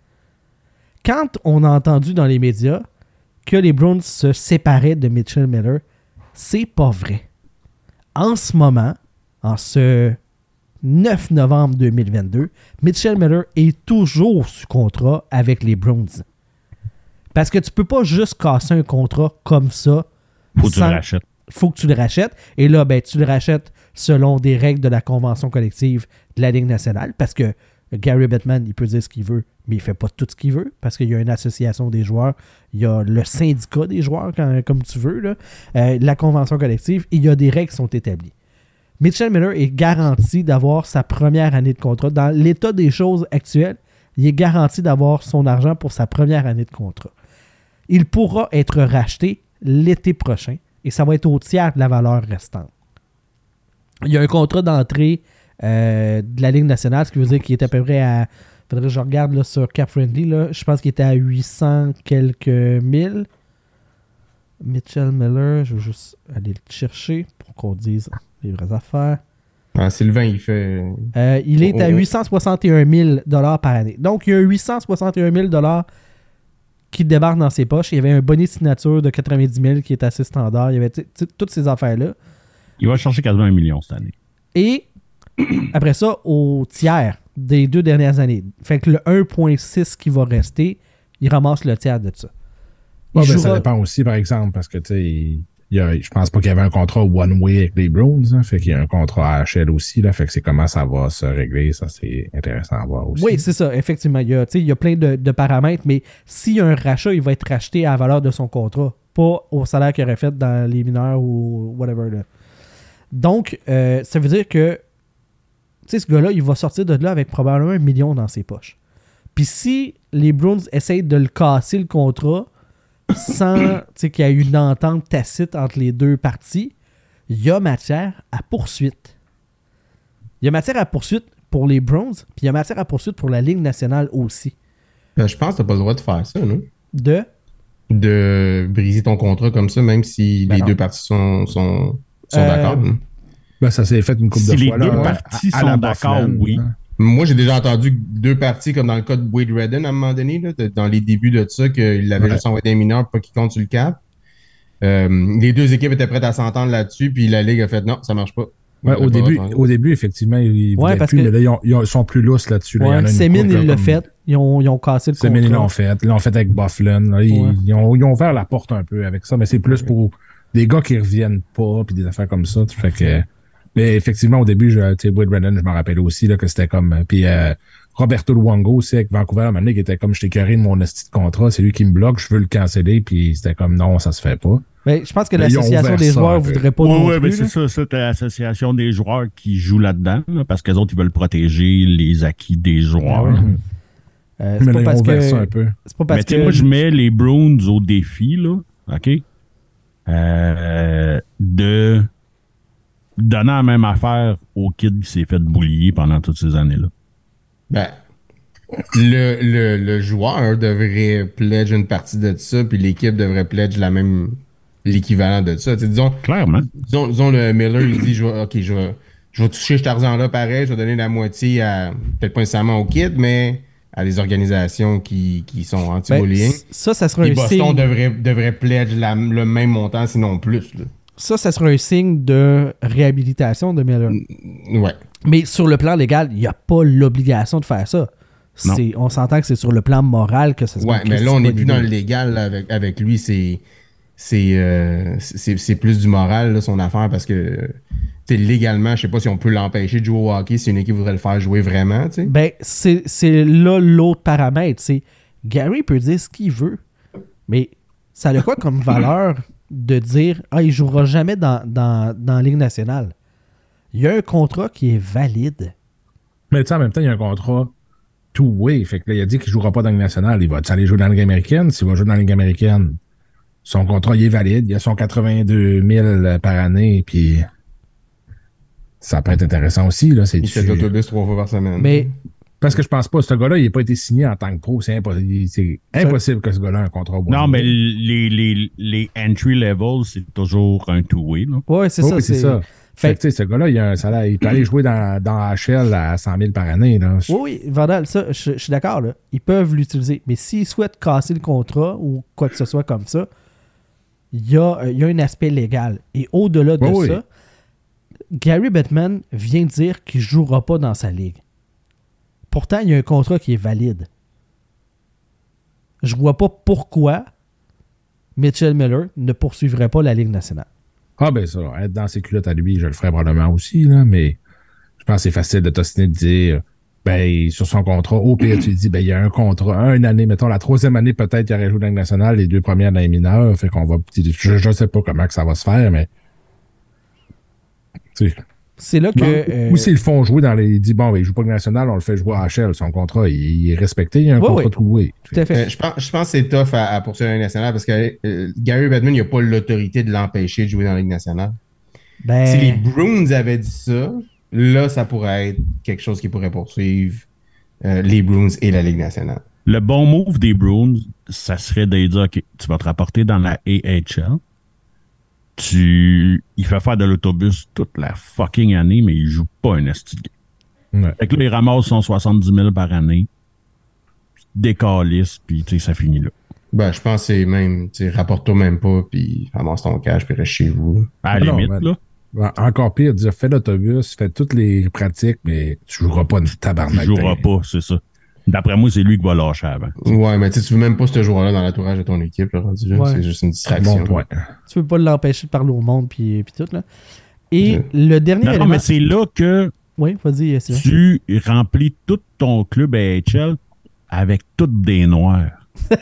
Quand on a entendu dans les médias que les Browns se séparaient de Mitchell Miller, c'est pas vrai. En ce moment, en ce neuf novembre deux mille vingt-deux, Mitchell Miller est toujours sous contrat avec les Browns. Parce que tu peux pas juste casser un contrat comme ça. Faut que tu le rachètes. Faut que tu le rachètes. Et là, ben, tu le rachètes selon des règles de la convention collective de la Ligue nationale. Parce que Gary Bettman, il peut dire ce qu'il veut, mais il fait pas tout ce qu'il veut. Parce qu'il y a une association des joueurs. Il y a le syndicat des joueurs, quand, comme tu veux. Là. Euh, la convention collective. Et il y a des règles qui sont établies. Mitchell Miller est garanti d'avoir sa première année de contrat. Dans l'état des choses actuelles, il est garanti d'avoir son argent pour sa première année de contrat. Il pourra être racheté l'été prochain et ça va être au tiers de la valeur restante. Il y a un contrat d'entrée euh, de la Ligue nationale, ce qui veut dire qu'il est à peu près à... Faudrait que je regarde là, sur Cap Friendly. Là, je pense qu'il était à huit cents quelques mille. Mitchell Miller, je vais juste aller le chercher pour qu'on dise les vraies affaires. Ah, Sylvain, il fait... Euh, il est à huit cent soixante et un mille dollars par année. Donc, il y a huit cent soixante et un mille dollars qui débarquent dans ses poches. Il y avait un bonus de signature de quatre-vingt-dix mille qui est assez standard. Il y avait t- t- toutes ces affaires-là. Il va chercher quasiment un million cette année. Et après ça, au tiers des deux dernières années. Fait que le un virgule six qui va rester, il ramasse le tiers de ça. Ouais, ben, jouera... Ça dépend aussi, par exemple, parce que tu sais, il y a, je pense pas qu'il y avait un contrat one-way avec les Browns. Hein, fait qu'il y a un contrat à H L aussi. Là, fait que c'est comment ça va se régler. Ça, c'est intéressant à voir aussi. Oui, c'est ça, effectivement. Il y a, il y a plein de, de paramètres, mais s'il y a un rachat, il va être racheté à la valeur de son contrat, pas au salaire qu'il aurait fait dans les mineurs ou whatever. Là. Donc, euh, ça veut dire que tu sais, ce gars-là, il va sortir de là avec probablement un million dans ses poches. Puis si les Browns essayent de le casser, le contrat, sans qu'il y ait une entente tacite entre les deux parties, il y a matière à poursuite. Il y a matière à poursuite pour les Browns, puis il y a matière à poursuite pour la Ligue nationale aussi. Euh, je pense que t'as pas le droit de faire ça, non? De? De briser ton contrat comme ça, même si ben les non. deux parties sont, sont, sont euh, d'accord. Hein? Ben, ça s'est fait une couple si de les fois. Si les deux là, parties à, sont à d'accord, Buffalo, oui. Hein. Moi, j'ai déjà entendu deux parties, comme dans le cas de Wade Redden, à un moment donné, là, de, dans les débuts de ça, qu'il avait ouais. juste envoyé des mineurs pour pas qu'il compte sur le cap. Euh, les deux équipes étaient prêtes à s'entendre là-dessus, puis la Ligue a fait non, ça marche pas. Ouais, au, début, au début, effectivement, ils ouais, parce plus, que... mais là, ils, ont, ils sont plus lousses là-dessus. Ouais, là. Sémine, ils l'ont fait. Ils ont, ils ont cassé le contrat. Sémine, ils l'ont fait. Ils l'ont fait avec Bufflin. Là, ils, ouais. ils, ont, ils ont ouvert la porte un peu avec ça, mais c'est plus pour des gars qui reviennent pas, puis des affaires comme ça. Fait que... Mais effectivement, au début, je, tu sais, Wade Redden, je m'en rappelle aussi là, que c'était comme... Puis euh, Roberto Luongo aussi, avec Vancouver, à un moment donné, qui était comme, je t'ai carré de mon esti de contrat, c'est lui qui me bloque, je veux le canceller, puis c'était comme, non, ça se fait pas. Mais je pense que mais l'association des joueurs voudrait pas ouais, non ouais, plus. Oui, c'est ça, c'est l'association des joueurs qui joue là-dedans, là, parce qu'eux autres, ils veulent protéger les acquis des joueurs. Ah ouais. euh, c'est mais pas là, parce ils ont que... ça un peu. C'est pas parce mais que... moi, je mets les Browns au défi, là, OK? Euh, de... donnant la même affaire au kid qui s'est fait boulier pendant toutes ces années-là. Ben, le, le, le joueur devrait pledge une partie de ça, puis l'équipe devrait pledge la même, l'équivalent de ça. T'sais, disons, clairement. Disons, disons, le Miller, il dit, je vais, OK, je vais, je vais toucher cet argent-là pareil, je vais donner la moitié à, peut-être pas nécessairement au kid, mais à des organisations qui, qui sont anti-bullying. Ben, ça, ça serait un Boston signe... devrait, devrait pledge la, le même montant, sinon plus, là. Ça, ça sera un signe de réhabilitation de Miller. Ouais. Mais sur le plan légal, il n'y a pas l'obligation de faire ça. C'est, on s'entend que c'est sur le plan moral que ça se Ouais, mais là, on n'est plus dans le légal là, avec, avec lui. C'est, c'est, euh, c'est, c'est plus du moral, là, son affaire, parce que légalement, je sais pas si on peut l'empêcher de jouer au hockey si une équipe voudrait le faire jouer vraiment. T'sais. Ben, c'est, c'est là l'autre paramètre. C'est Gary peut dire ce qu'il veut, mais ça a quoi comme valeur de dire « Ah, il ne jouera jamais dans, dans, dans la Ligue nationale. » Il y a un contrat qui est valide. Mais tu sais, en même temps, il y a un contrat two-way. Fait que là, il a dit qu'il ne jouera pas dans la Ligue nationale. Il va aller jouer dans la Ligue américaine. S'il va jouer dans la Ligue américaine, son contrat, il est valide. Il a son quatre-vingt-deux mille par année. Puis Ça peut être intéressant aussi. Là, c'est Il fait de l'autobus trois fois par semaine. Mais Parce que je pense pas, ce gars-là, il n'a pas été signé en tant que pro. C'est impossible, c'est impossible que ce gars-là ait un contrat au bout. Non, mais les, les, les entry level, c'est toujours un two-way. Là. ouais, c'est Oh, ça. oui, c'est ça. Fait que, tu sais, ce gars-là, il, a un salaire, il peut aller jouer dans, dans H L à cent mille par année. Là. Oui, oui, Vandal, ça, je, je suis d'accord. Là. Ils peuvent l'utiliser. Mais s'ils souhaitent casser le contrat ou quoi que ce soit comme ça, il y a, il y a un aspect légal. Et au-delà de Oui, ça, oui. Gary Bettman vient de dire qu'il ne jouera pas dans sa ligue. Pourtant, il y a un contrat qui est valide. Je vois pas pourquoi Mitchell Miller ne poursuivrait pas la Ligue nationale. Ah, ben ça, être dans ses culottes à lui, je le ferais probablement aussi, là, mais je pense que c'est facile de t'ostiner de dire, ben, sur son contrat, au pire, tu dis, ben, il y a un contrat, une année, mettons, la troisième année, peut-être, il aurait joué dans la Ligue nationale, les deux premières dans les mineurs, fait qu'on va, je, je sais pas comment que ça va se faire, mais, tu sais. C'est là que... Bon, euh, ou s'ils le font jouer dans les... Ils disent, bon, ben, il joue pas national, on le fait jouer à H L. Son contrat, il, il est respecté, il y a un oui, contrat oui, trouvé. Tout à fait. Euh, je, pense, je pense que c'est tough à, à poursuivre la Ligue nationale parce que euh, Gary Bettman, il n'a pas l'autorité de l'empêcher de jouer dans la Ligue nationale. Ben, Si les Bruins avaient dit ça, là, ça pourrait être quelque chose qui pourrait poursuivre euh, les Bruins et la Ligue nationale. Le bon move des Bruins, ça serait de dire, OK, tu vas te rapporter dans la A H L. Tu... Il fait faire de l'autobus toute la fucking année, mais il joue pas un esti de game. Ouais. Fait que là, il ramasse son soixante-dix mille par année, décalisse, puis tu sais, ça finit là. Ben, je pense que c'est même, tu sais, rapporte-toi même pas, puis ramasse ton cash, puis reste chez vous. À la Ah non, limite, man. là. Ouais, encore pire, dire, fais l'autobus, fais toutes les pratiques, mais tu joueras pas une Tu tabarnak. joueras pas, c'est ça. D'après moi, c'est lui qui va lâcher avant. Ouais, mais tu sais, tu veux même pas ce joueur-là dans l'entourage de ton équipe, là, rendu là. Ouais. C'est juste une distraction. Bon point. tu veux pas l'empêcher de parler au monde puis, puis tout, là. Et Ouais. le dernier Non, non, élément... mais c'est là que Oui, vas-y, Sylvain. tu remplis tout ton club A H L avec toutes des noirs.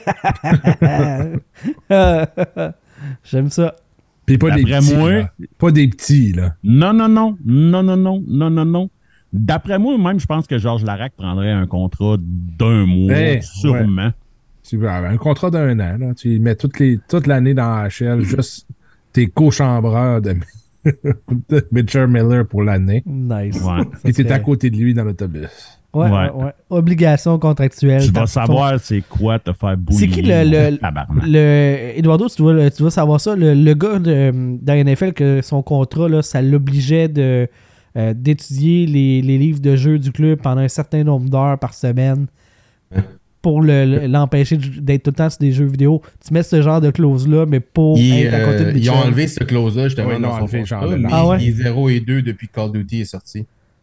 J'aime ça. Puis pas des D'après petits, moi- là. Pas des petits, là. Non, non, non, non, non, non, non, non, non. D'après moi, même, je pense que Georges Larac prendrait un contrat d'un mois, Eh, sûrement. Tu veux un contrat d'un an, là. Tu mets toutes les, toute l'année dans H L, juste tes cochambreurs de, de Mitchell Miller pour l'année. Nice. Ouais. Ça Et t'es serait- à côté de lui dans l'autobus. Ouais, ouais, Ouais. ouais. Obligation contractuelle. Tu T'as- vas savoir c'est quoi te faire bouillir. C'est qui le- le- mon tabarnak. Le, Eduardo, tu dois, tu dois savoir ça. Le, le gars de, dans la N F L, que son contrat, là, ça l'obligeait de, euh, d'étudier les, les livres de jeu du club pendant un certain nombre d'heures par semaine pour le- le- l'empêcher de- d'être tout le temps sur des jeux vidéo. Tu mets ce genre de clause-là, mais pour Ils, être à côté de euh, ils Mitchell. ont enlevé cette clause-là, justement, Oui, ils dans l'ont son enlevé, contrat, genre, de mais Ah ouais? il est zéro et deux depuis que Call of Duty est sorti.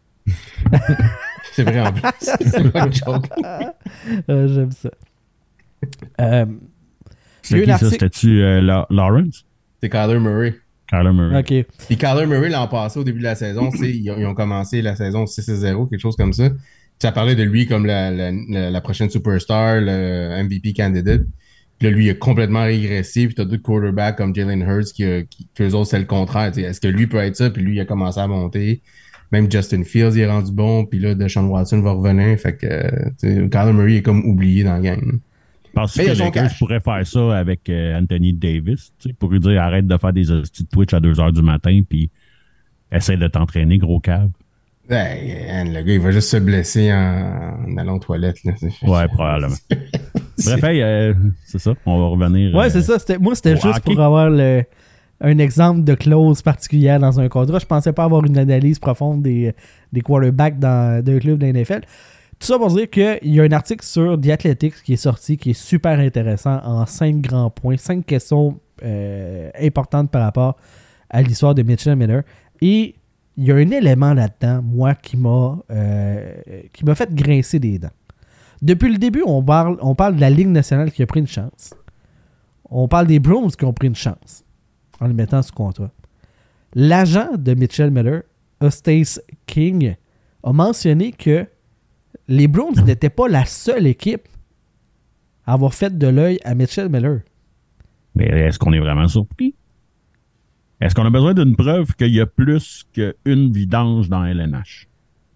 C'est vrai, en plus. C'est pas une joke. Euh, J'aime ça. Euh, C'est il y a qui un ça? article- C'était-tu euh, La- Lawrence? C'est Kyler Murray. Kyler Murray. OK. Puis Kyler Murray, l'an passé, au début de la saison, tu sais, ils, ont- ils ont commencé la saison six à zéro, quelque chose comme ça. Puis ça parlait de lui comme la, la, la, la prochaine superstar, le M V P candidate. Puis là, lui, il a complètement régressé. Puis t'as d'autres quarterbacks comme Jalen Hurts qui, a- qui, que eux autres, c'est le contraire. Tu sais, est-ce que lui peut être ça? Puis lui, il a commencé à monter. Même Justin Fields, il est rendu bon. Puis là, Deshaun Watson va revenir. Fait que, euh, tu sais, Kyler Murray est comme oublié dans la game. Parce Mais que il a son les Lakers cash. pourraient faire ça avec euh, Anthony Davis, tu sais, pour lui dire arrête de faire des hosties de Twitch à deux heures du matin, puis essaie de t'entraîner, gros cave. Hey, man, le gars, il va juste se blesser en, en allant aux toilettes. Là. Ouais, probablement. Bref, hey, euh, c'est ça, on va revenir. Ouais, euh, c'est ça. C'était- Moi, c'était au juste hockey. pour avoir le, un exemple de clause particulière dans un contrat. Je pensais pas avoir une analyse profonde des, des quarterbacks dans d'un club de la N F L. Tout ça pour dire qu'il y a un article sur The Athletics qui est sorti, qui est super intéressant en cinq grands points, cinq questions euh, importantes par rapport à l'histoire de Mitchell Miller. Et il y a un élément là-dedans, moi, qui m'a euh, qui m'a fait grincer des dents. Depuis le début, on parle, on parle de la Ligue nationale qui a pris une chance. On parle des Browns qui ont pris une chance en le mettant sous contrat. L'agent de Mitchell Miller, Eustace King, a mentionné que les Browns n'étaient pas la seule équipe à avoir fait de l'œil à Mitchell Miller. Mais est-ce qu'on est vraiment surpris? Est-ce qu'on a besoin d'une preuve qu'il y a plus qu'une vidange dans L N H?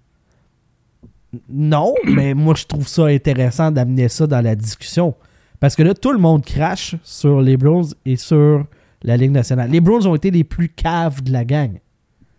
Non, mais moi, je trouve ça intéressant d'amener ça dans la discussion. Parce que là, tout le monde crache sur les Browns et sur la Ligue nationale. Les Browns ont été les plus caves de la gang.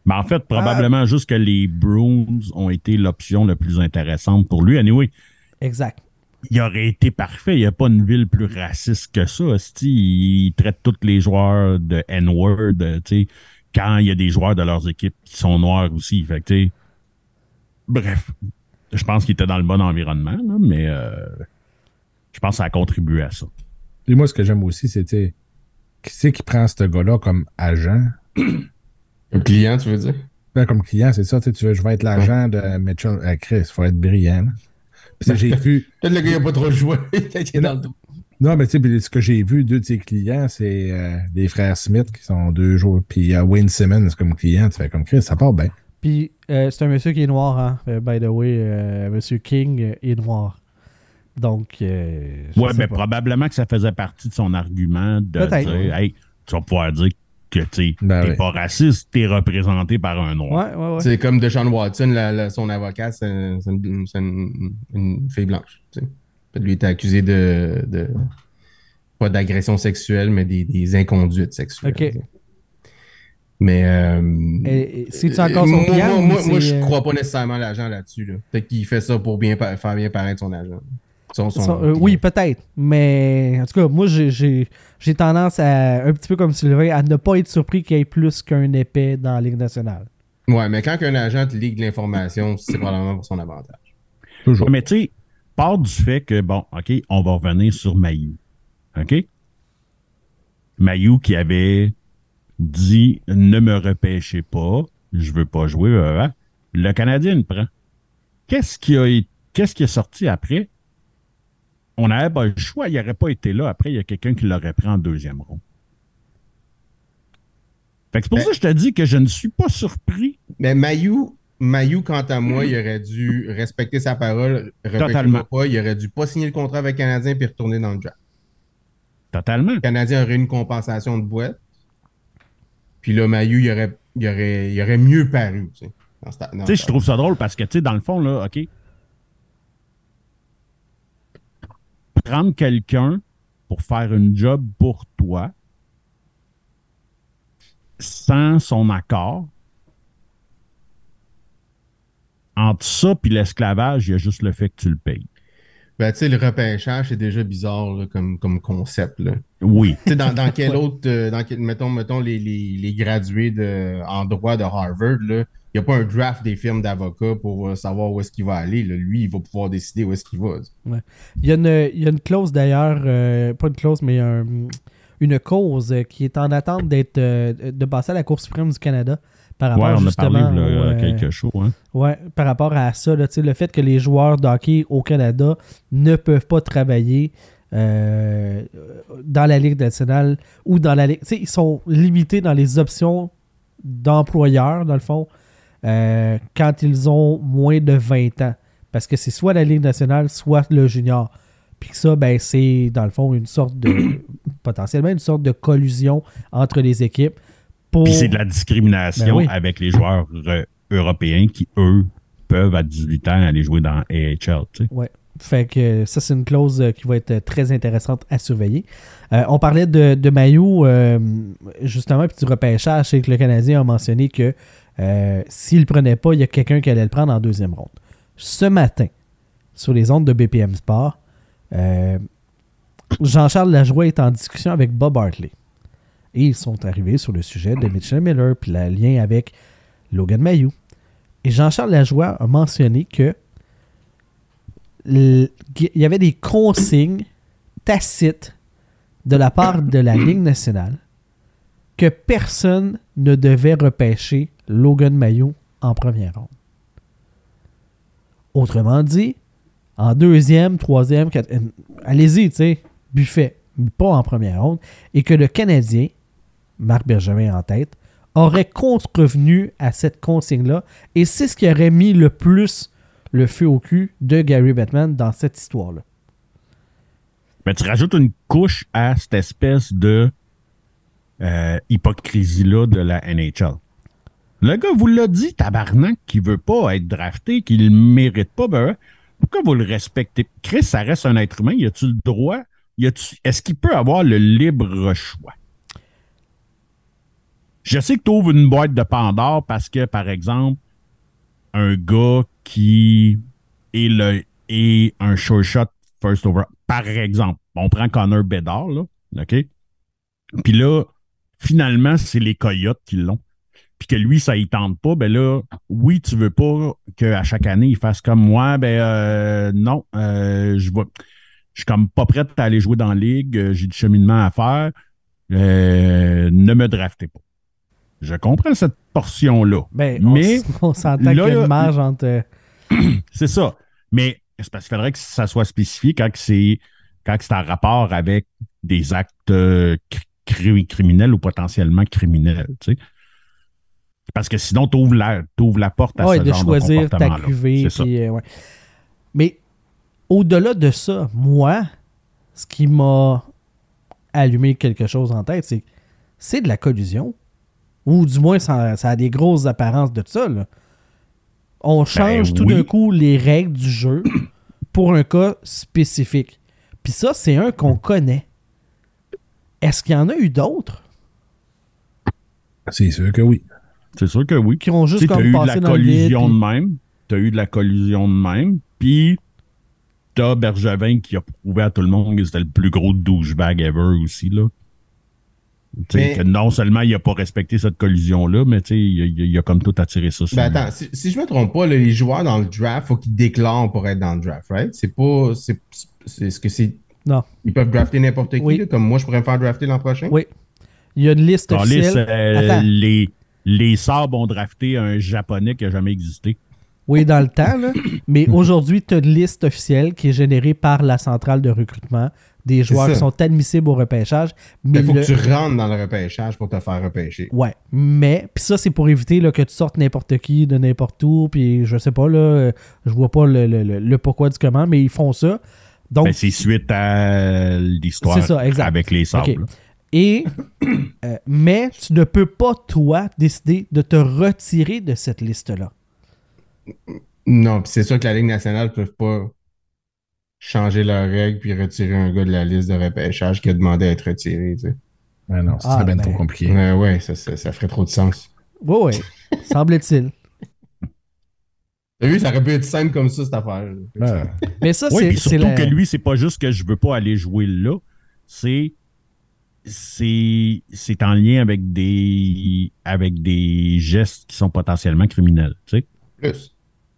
Ben, en fait, probablement ah. juste que les Bruins ont été l'option la plus intéressante pour lui. Anyway, exact. Il aurait été parfait. Il n'y a pas une ville plus raciste que ça. Il traite tous les joueurs de N-word, quand il y a des joueurs de leurs équipes qui sont noirs aussi. Fait que, bref, je pense qu'il était dans le bon environnement, là, mais euh, je pense que ça a contribué à ça. Et moi, ce que j'aime aussi, c'est qui c'est qui prend ce gars-là comme agent? Comme client, tu veux dire? Ben, comme client, c'est ça. Tu veux, je vais être l'agent ouais. de Mitchell. Euh, Chris, il faut être brillant. Là. J'ai vu. Peut-être le gars n'a pas trop joué. Peut-être qu'il est dans le dos. Non, mais tu sais, ce que j'ai vu, deux de ses clients, c'est euh, les frères Smith qui sont deux jours. Puis euh, Wayne Simmons comme client. Tu fais comme Chris, ça part bien. Puis euh, c'est un monsieur qui est noir, hein. Uh, by the way, euh, monsieur King euh, est noir. Donc. Euh, ouais, mais pas. Probablement que ça faisait partie de son argument de Peut-être. dire hey, tu vas pouvoir dire que tu ben t'es oui. pas raciste, t'es représenté par un noir. Ouais, ouais, ouais. C'est comme Deshaun Watson, la, la, son avocat, c'est, une, c'est une, une fille blanche. T'sais. Lui était accusé de, de pas d'agression sexuelle, mais des, des inconduites sexuelles. OK. T'sais. Mais euh, et, et, c'est-tu encore son moi, client? Moi, moi, moi je euh... crois pas nécessairement l'agent là-dessus. Là. Peut-être qu'il fait ça pour bien faire bien paraître son agent. Son, son, son, euh, oui, peut-être. Mais en tout cas, moi, j'ai, j'ai, j'ai tendance à, un petit peu comme Sylvain, à ne pas être surpris qu'il y ait plus qu'un épais dans la Ligue nationale. Ouais, mais quand un agent te ligue de l'information, c'est probablement pour son avantage. Toujours. Mais tu sais, part du fait que, bon, OK, on va revenir sur Mailloux. OK? Mailloux qui avait dit « Ne me repêchez pas, je veux pas jouer. Euh, » Le Canadien le prend. Qu'est-ce qui a, qu'est-ce qui est sorti après? On n'avait pas le choix. Il n'aurait pas été là. Après, il y a quelqu'un qui l'aurait pris en deuxième ronde. Fait que c'est pour mais, ça que je te dis que je ne suis pas surpris. Mais Mailloux, Mailloux, quant à moi, il aurait dû respecter sa parole. Totalement. Pas, il aurait dû pas signer le contrat avec le Canadien puis retourner dans le draft. Totalement. Le Canadien aurait une compensation de boîte. Puis là, Mailloux, il aurait, il aurait, il aurait mieux paru. Tu sais, je trouve ça drôle parce que, tu sais, dans le fond, là, OK, prendre quelqu'un pour faire une job pour toi sans son accord, entre ça et l'esclavage, il y a juste le fait que tu le payes. Ben, tu sais, le repêchage, c'est déjà bizarre là, comme, comme concept. Là. Oui. Tu sais, dans, dans quel autre, euh, dans quel, mettons, mettons les, les, les gradués de, en droit de Harvard, là, il n'y a pas un draft des firmes d'avocats pour euh, savoir où est-ce qu'il va aller. Là. Lui, il va pouvoir décider où est-ce qu'il va. Ouais. Il, y a une, il y a une clause d'ailleurs, euh, pas une clause, mais un, une cause qui est en attente d'être euh, de passer à la Cour suprême du Canada par rapport ouais, on justement a parlé là, au, euh, quelque chose. Hein. Ouais, par rapport à ça, là, le fait que les joueurs de hockey au Canada ne peuvent pas travailler euh, dans la Ligue nationale ou dans la Ligue. Ils sont limités dans les options d'employeurs, dans le fond. Euh, quand ils ont moins de vingt ans. Parce que c'est soit la Ligue nationale, soit le junior. Puis ça, ben, c'est dans le fond une sorte de... potentiellement une sorte de collusion entre les équipes. Pour... Puis c'est de la discrimination ben oui. avec les joueurs euh, européens qui, eux, peuvent à dix-huit ans aller jouer dans A H L. Tu sais. Ouais. Fait que ça, c'est une clause qui va être très intéressante à surveiller. Euh, on parlait de, de Mailloux, euh, justement, puis du repêchage. C'est que le Canadien a mentionné que Euh, s'il ne le prenait pas, il y a quelqu'un qui allait le prendre en deuxième ronde. Ce matin, sur les ondes de B P M Sport, euh, Jean-Charles Lajoie est en discussion avec Bob Hartley. Et ils sont arrivés sur le sujet de Mitchell Miller, puis le lien avec Logan Mailloux. Et Jean-Charles Lajoie a mentionné que il y avait des consignes tacites de la part de la Ligue nationale que personne ne devait repêcher Logan Mailloux en première ronde. Autrement dit, en deuxième, troisième, quatrième, allez-y, tu sais, buffet, pas en première ronde, et que le Canadien, Marc Bergevin en tête, aurait contrevenu à cette consigne-là, et c'est ce qui aurait mis le plus le feu au cul de Gary Bettman dans cette histoire-là. Mais tu rajoutes une couche à cette espèce de euh, hypocrisie-là de la N H L. Le gars vous l'a dit, tabarnak, qu'il veut pas être drafté, qu'il le mérite pas, ben, pourquoi vous le respectez? Chris, ça reste un être humain, y a-tu le droit? Y a-tu, est-ce qu'il peut avoir le libre choix? Je sais que tu ouvres une boîte de Pandore parce que, par exemple, un gars qui est, le, est un sure shot first over, par exemple, on prend Connor Bedard, là, OK? Puis là, finalement, c'est les Coyotes qui l'ont. Puis que lui, ça y tente pas, ben là, oui, tu veux pas qu'à chaque année, il fasse comme moi, ben euh, non, euh, je vais, je suis comme pas prête à aller jouer dans la ligue, euh, j'ai du cheminement à faire, euh, ne me draftez pas. Je comprends cette portion-là. Ben, mais on, on s'entend qu'il y a une marge entre... C'est ça. Mais c'est parce qu'il faudrait que ça soit spécifié quand c'est quand c'est en rapport avec des actes euh, cri- criminels ou potentiellement criminels, tu sais. Parce que sinon, tu ouvres la, t'ouvres la porte à ouais, ce de genre choisir de comportement-là. ta cuvée. C'est ça. Puis, euh, ouais. Mais au-delà de ça, moi, ce qui m'a allumé quelque chose en tête, c'est c'est de la collusion. Ou du moins, ça, ça a des grosses apparences de ça. Là. On change ben, tout oui. d'un coup les règles du jeu pour un cas spécifique. Puis ça, c'est un qu'on connaît. Est-ce qu'il y en a eu d'autres? C'est sûr que oui. C'est sûr que oui. Qui ont juste Tu as comme eu de passé la dans le vide, collusion puis- de même. Tu as eu de la collusion de même. Puis, tu as Bergevin qui a prouvé à tout le monde que c'était le plus gros douchebag ever aussi, là. Tu sais, Mais- que non seulement il n'a pas respecté cette collusion-là, mais tu sais, il, a- il a comme tout attiré ça sur Ben lui. attends, si, si je me trompe pas, là, les joueurs dans le draft, faut qu'ils déclarent pour être dans le draft, right? C'est pas. C'est, c'est ce que c'est. Non. Ils peuvent drafter n'importe qui, Oui. là, comme moi, je pourrais me faire drafter l'an prochain. Oui. Il y a une liste Dans les, officielle. euh, Attends. les, les Sabres ont drafté un Japonais qui n'a jamais existé. Oui, dans le temps, là. Mais aujourd'hui, tu as une liste officielle qui est générée par la centrale de recrutement des joueurs ça. qui sont admissibles au repêchage. Mais Il faut le- que tu rentres dans le repêchage pour te faire repêcher. Ouais, mais puis ça, c'est pour éviter là, que tu sortes n'importe qui de n'importe où, puis je sais pas, là, euh, je vois pas le, le, le, le pourquoi du comment, mais ils font ça. Donc, Ben, c'est suite à l'histoire C'est ça, exact. avec les Sabres. Ok. là. et, euh, mais tu ne peux pas, toi, décider de te retirer de cette liste-là. Non, puis c'est sûr que la Ligue nationale ne peut pas changer leurs règles puis retirer un gars de la liste de repêchage qui a demandé à être retiré. Tu sais. Ouais, non, ça Ah, serait bien ben. trop compliqué. Ouais, ouais, ça, ça, ça ferait trop de sens. Oui, oui, semble-t-il. T'as vu, ça aurait pu être simple comme ça, cette affaire. Ouais. Mais ça, Oui, c'est, puis c'est surtout la... que lui, c'est pas juste que je veux pas aller jouer là, c'est c'est c'est en lien avec des avec des gestes qui sont potentiellement criminels, tu sais. Plus.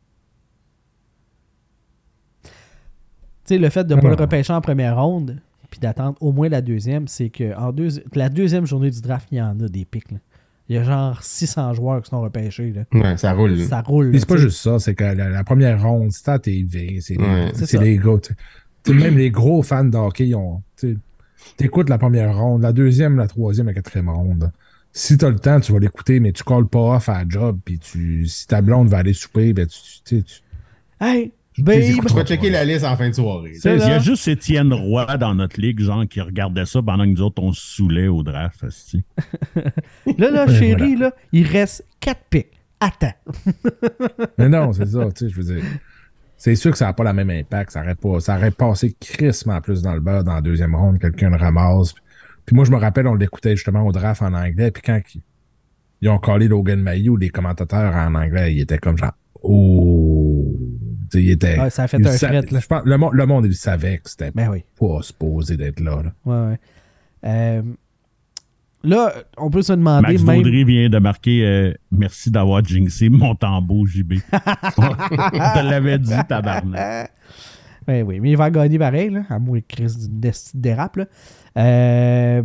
Tu sais, le fait de ne Non, pas le non. repêcher en première ronde, puis d'attendre au moins la deuxième, c'est que en deux... la deuxième journée du draft, il y en a des pics. Là. Il y a genre six cents joueurs qui sont repêchés. Là. Ouais, ça roule. Ça roule. Puis c'est pas tu sais. juste ça, c'est que la, la première ronde, c'est à T V, c'est les, Ouais. C'est c'est ça. les gars. tu sais. Tu sais, même les gros fans de hockey, ils ont. Tu écoutes la première ronde, la deuxième, la troisième, la quatrième ronde. Si tu as le temps, tu vas l'écouter, mais tu colles pas off à la job, puis tu, si ta blonde va aller souper, ben tu. tu, sais, tu Hey, Tu babe! les Tu vas checker la liste en fin de soirée. C'est Il y a là. juste Étienne Roy dans notre ligue, genre, qui regardait ça pendant que nous autres, on se saoulait au draft. asti. Là, là, Ouais, chérie, voilà. là, il reste quatre pics. Attends. Mais non, c'est ça, tu sais, je veux dire. C'est sûr que ça n'a pas le même impact. Ça aurait, pas, ça aurait passé crissement plus dans le beurre dans la deuxième ronde, quelqu'un le ramasse. Puis, puis moi, je me rappelle, on l'écoutait justement au draft en anglais, puis quand ils, ils ont collé Logan Mayou, les commentateurs en anglais, ils étaient comme genre oh. Tu sais, ils étaient. Ouais, ça a fait ils un sa- fret, là. Je pense, le, monde, le monde, il savait que c'était Ben oui. pas supposé d'être là. là. Ouais, ouais. Euh, là, on peut se demander Max même... Vaudry vient de marquer euh, merci d'avoir jinxé mon tambour J B. Je te l'avais dit, tabarnak. Ben oui, mais il va gagner pareil, là, à moins que Chris du dérape. Là. Euh,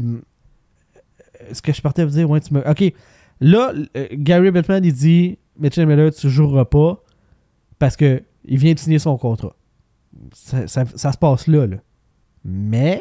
ce que je partais vous dire, ouais, tu me... OK. Là, euh, Gary Bettman, il dit Mitchell Miller, tu joueras pas parce que il vient de signer son contrat. Ça, ça- ça se passe là, là. Mais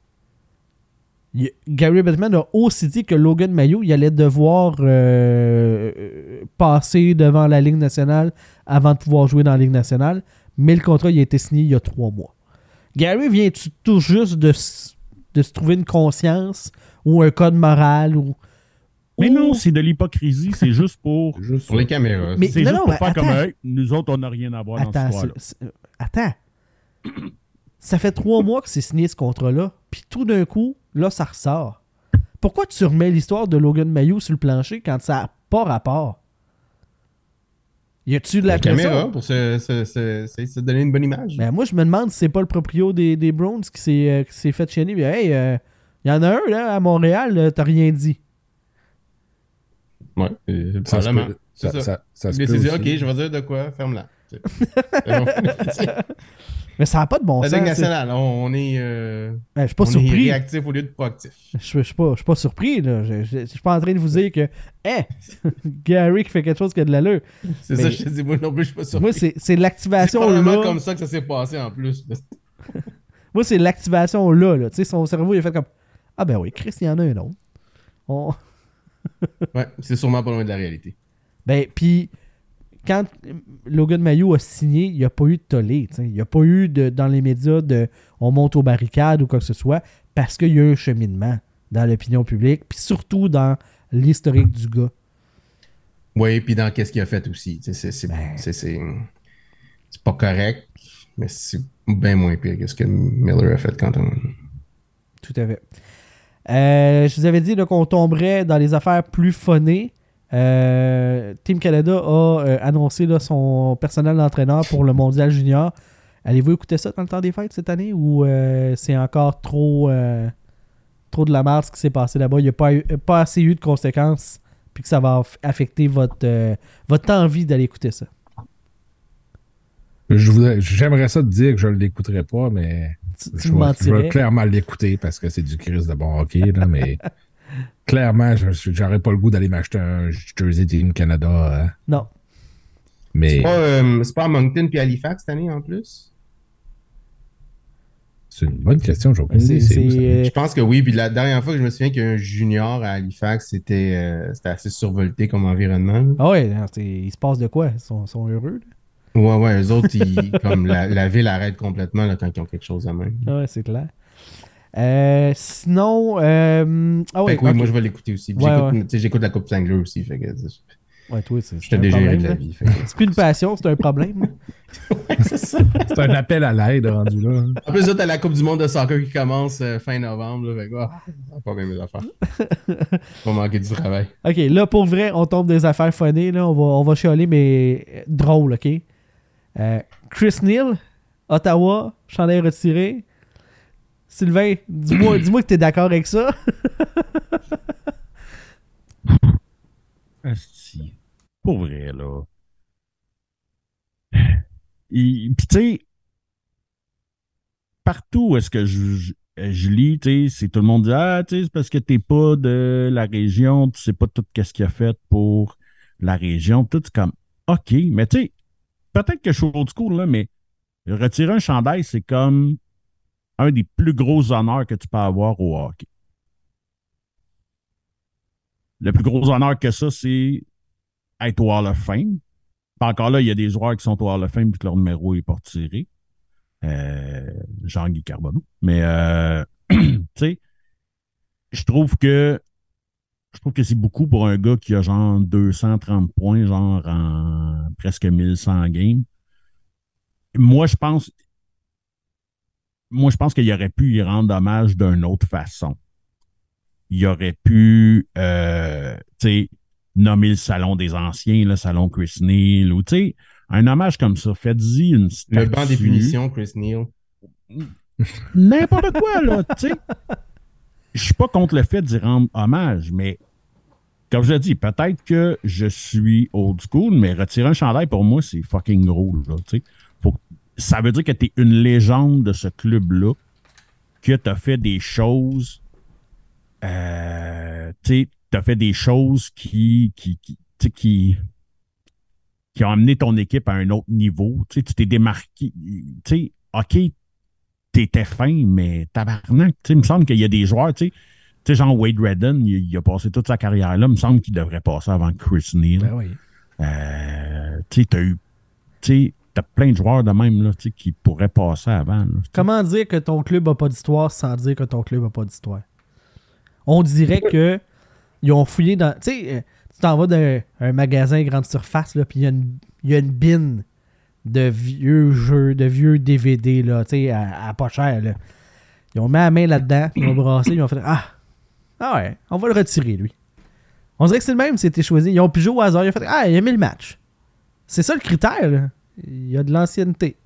il- Gary Bettman a aussi dit que Logan Mayou, il allait devoir euh, euh, passer devant la Ligue nationale avant de pouvoir jouer dans la Ligue nationale. Mais le contrat, il a été signé il y a trois mois. Gary vient tout juste de, s- de se trouver une conscience ou un code moral ou... Mais ou- non, c'est de l'hypocrisie, c'est juste pour. C'est juste Pour les caméras. Mais- C'est non, juste non, pour mais faire attends. comme hey, nous autres, on n'a rien à voir dans Attends, cette histoire-là. c'est- c'est- attends. Ça fait trois mois que c'est signé ce contrat-là. Puis tout d'un coup, là, ça ressort. Pourquoi tu remets l'histoire de Logan Mayou sur le plancher quand ça n'a pas rapport? Y a-tu de la, la caméra pour se, se, se, se, se donner une bonne image? Ben, moi, je me demande si c'est pas le proprio des, des Browns qui s'est, euh, qui s'est fait chienner. Mais hey, il euh, y en a un là, à Montréal, là, t'as rien dit. Ouais, euh, Ça se probablement. peut- C'est ça- ça. ça- ça se Mais peut c'est dit, aussi. ok, je vais dire de quoi, ferme-la. C'est- Mais ça n'a pas de bon La sens. Ligue c'est- nationale, on, on est, euh, Ben, je suis pas on est surpris. réactif au lieu de proactif. Je suis- je suis pas, je suis pas surpris. Là. Je, je, je suis pas en train de vous dire que hein, Gary qui fait quelque chose qui a de l'allure. C'est Mais- ça, je te dis, moi non plus, je suis pas surpris. Moi, c'est, c'est C'est l'activation probablement là. comme ça que ça s'est passé en plus. Moi, c'est l'activation là. là. Tu sais, son cerveau, il a fait comme ah ben oui, Chris, il y en a un autre. On... Ouais, c'est sûrement pas loin de la réalité. Ben, puis, quand Logan Mayou a signé, il n'y a pas eu de tollé. t'sais. Il n'y a pas eu de, dans les médias de on monte aux barricades ou quoi que ce soit, parce qu'il y a eu un cheminement dans l'opinion publique, puis surtout dans l'historique du gars. Oui, puis dans qu'est-ce qu'il a fait aussi. C'est, c'est, c'est, Ben. c'est, c'est, c'est pas correct, mais c'est bien moins pire que ce que Miller a fait quand on. Tout à fait. Euh, je vous avais dit là, qu'on tomberait dans les affaires plus funnées. Euh, Team Canada a euh, annoncé là, son personnel d'entraîneur pour le Mondial Junior. Allez-vous écouter ça dans le temps des fêtes cette année ou euh, c'est encore trop, euh, trop de la merde ce qui s'est passé là-bas? Il n'y a pas, eu, pas assez eu de conséquences puis que ça va aff- affecter votre, euh, votre envie d'aller écouter ça. Je voudrais- j'aimerais ça te dire que je ne l'écouterais pas, mais Tu, tu je, me vais, je vais mentirais. clairement l'écouter parce que c'est du Chris de bon hockey, là, mais clairement, je j'aurais pas le goût d'aller m'acheter un Jersey Team Canada. hein. Non. Mais C'est pas, euh, c'est pas à Moncton puis Halifax cette année en plus? c'est une bonne question, j'ai aucune C'est, idée. c'est où, ça? c'est, euh, Je pense que oui. Puis la dernière fois que je me souviens qu'il y a un junior à Halifax, c'était, euh, c'était assez survolté comme environnement. là. ah ouais, non, c'est- il se passe de quoi? Ils sont, sont heureux. Là? Ouais, ouais, eux autres, ils, comme la, la ville arrête complètement là, quand ils ont quelque chose à main. Ah ouais, c'est clair. Euh, sinon, euh, ah ouais, Fait que oui, ok. moi je vais l'écouter aussi. Puis Ouais, j'écoute, ouais. tu sais, j'écoute la Coupe Sangler aussi. Fait que Ouais, toi, c'est, je c'est te un dégérer problème, de la là. vie. Fait que- C'est plus une passion, c'est un problème. c'est ça. C'est un appel à l'aide rendu là. En plus, là, t'as la Coupe du monde de soccer qui commence euh, fin novembre. Là, fait que, ah, ça va pas bien mes affaires. Pas manquer du travail. OK, là, pour vrai, on tombe des affaires funnées. Là. On, va, on va chialer, mais euh, drôle, OK? Euh, Chris Neal, Ottawa, chandail retiré. Sylvain, dis-moi, dis-moi que t'es d'accord avec ça. Asti. Pour vrai, là. Et- Puis, tu sais, partout où est-ce que je, je, je lis, tu sais, c'est tout le monde dit ah, tu sais, c'est parce que t'es pas de la région, tu sais pas tout ce qu'il a fait pour la région. Tout, c'est comme, OK, mais tu sais, peut-être que je suis old school, là, mais retirer un chandail, c'est comme un des plus gros honneurs que tu peux avoir au hockey. Le plus gros honneur que ça, c'est être au Hall of Fame. Puis encore là, il y a des joueurs qui sont au Hall of Fame et que leur numéro n'est pas retiré. Euh, Jean-Guy Carbonneau. Mais, euh, tu sais, je trouve que je trouve que c'est beaucoup pour un gars qui a genre deux cent trente points, genre en presque mille cent games. Moi, je pense moi, je pense qu'il aurait pu y rendre hommage d'une autre façon. Il aurait pu, euh, tu sais, nommer le salon des anciens, le salon Chris Neal, ou tu sais, un hommage comme ça. Faites-y une statue. Le banc des punitions, Chris Neal. N'importe quoi, là, tu sais. Je suis pas contre le fait d'y rendre hommage, mais comme je l'ai dit, peut-être que je suis old school, mais retirer un chandail, pour moi, c'est fucking gros, là, tu sais. Faut- Ça veut dire que tu es une légende de ce club-là, que tu as fait des choses, euh, tu sais, tu as fait des choses qui, qui, qui, tu sais, qui, qui ont amené ton équipe à un autre niveau. Tu sais, tu t'es démarqué. Tu sais, OK, t'étais fin, mais tabarnak, tu sais, il me semble qu'il y a des joueurs, tu sais, tu sais, genre Wade Redden, il, il a passé toute sa carrière là, il me semble qu'il devrait passer avant Chris Neal. Ben oui. Euh, tu sais, t'as eu, tu sais, t'as plein de joueurs de même, là, tu sais, qui pourraient passer avant, là, tu sais. Comment dire que ton club n'a pas d'histoire sans dire que ton club n'a pas d'histoire? On dirait que ils ont fouillé dans... Tu sais, euh, tu t'en vas dans un magasin grande surface, là, puis il y a une, il y a une bine de vieux jeux, de vieux D V D, là, tu sais, à, à pas cher, là. Ils ont mis la main là-dedans, ils ont brassé, ils ont fait « Ah! Ah ouais, on va le retirer, lui. On dirait que c'est le même, c'était choisi. Ils ont pu jouer au hasard. Ils ont fait, ah, il a aimé le match. C'est ça le critère, là. Il y a de l'ancienneté.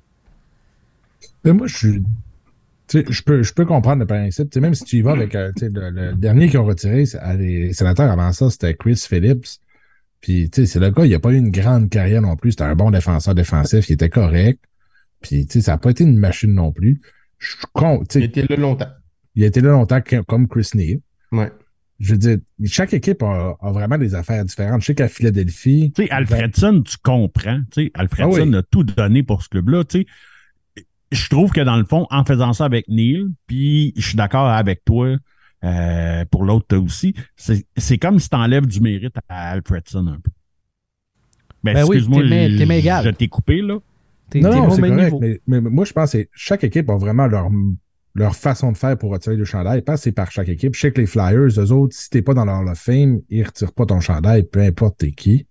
Mais moi, je suis. Tu sais, je peux, je peux comprendre le principe. Tu sais, même si tu y vas avec euh, tu sais, le, le dernier qu'ils ont retiré, c'est- ah, les sénateurs avant ça, c'était Chris Phillips. Puis, tu sais, c'est le gars, il n'a pas eu une grande carrière non plus. C'était un bon défenseur défensif, il était correct. Puis, tu sais, ça n'a pas été une machine non plus. Je suis con, tu Il sais, était là longtemps. il a été là longtemps que- comme Chris Neal. Ouais. Je veux dire, chaque équipe a, a vraiment des affaires différentes. Je sais qu'à Philadelphie. Tu sais, Alfredson, tu comprends. Tu sais, Alfredson Ah oui. a tout donné pour ce club-là. Tu sais, je trouve que dans le fond, en faisant ça avec Neil, puis je suis d'accord avec toi euh, pour l'autre aussi, c'est, c'est comme si tu enlèves du mérite à Alfredson un peu. Ben, Ben oui, excuse-moi, t'es main- t'es main je, égale. je t'ai coupé, là. T'es, Non, t'es non, au c'est même correct. niveau. Mais, mais moi, je pense que c'est- chaque équipe a vraiment leur, leur façon de faire pour retirer le chandail. Pas c'est par chaque équipe. Je sais que les Flyers, eux autres, si t'es pas dans leur Hall of Fame, ils retirent pas ton chandail, peu importe t'es qui.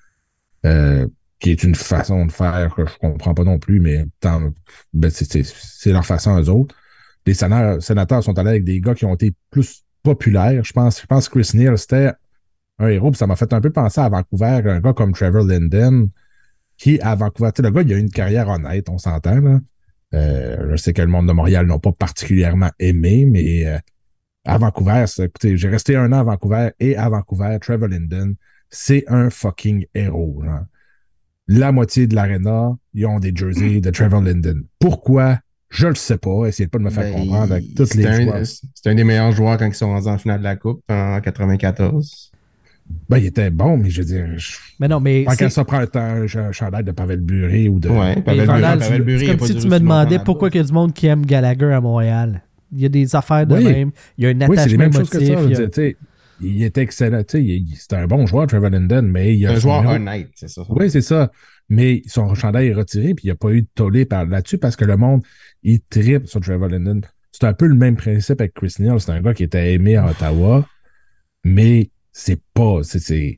Euh, qui est une façon de faire que je comprends pas non plus, mais tant, ben c'est, c'est, c'est leur façon eux autres. Les sénateurs, sénateurs sont allés avec des gars qui ont été plus populaires. Je pense, je pense que Chris Neal, c'était un héros, puis ça m'a fait un peu penser à Vancouver, un gars comme Trevor Linden, qui, à Vancouver, tu sais, le gars, il a eu une carrière honnête, on s'entend, là. Euh, je sais que le monde de Montréal n'a pas particulièrement aimé, mais euh, à Vancouver, c'est- écoutez, j'ai resté un an à Vancouver, et à Vancouver, Trevor Linden, c'est un fucking héros, là. La moitié de l'aréna, ils ont des jerseys de Trevor Linden. Pourquoi? Je le sais pas. Essayez pas de me faire Ben, comprendre avec tous c'est les un, joueurs. c'est un des meilleurs joueurs quand ils sont rendus en finale de la Coupe en quatre-vingt-quatorze. Ben, il était bon, mais je veux dire, je... Mais non, mais tant c'est, qu'à ça prend un, un, un chandail de Pavel Buré ou de... Ouais, mais Pavel Vandal, Buré, Pavel Buré, c'est il a comme pas si duré tu me aussi longtemps demandais là-bas. pourquoi il y a du monde qui aime Gallagher à Montréal. Il y a des affaires de Oui. même. Il y a un Oui, c'est les attachement mêmes choses que ça. émotif. je veux il y a- dire, tu sais, il était excellent. tu sais, il- il- C'était un bon joueur, Trevor Linden, mais il a Un son joueur numéro- honnête, c'est ça. Oui, c'est ça. Mais son chandail est retiré, puis il n'y a pas eu de tollé par là-dessus parce que le monde, il tripe sur Trevor Linden. C'est un peu le même principe avec Chris Neal. C'est un gars qui était aimé à Ottawa, mais c'est pas. C'est, c'est...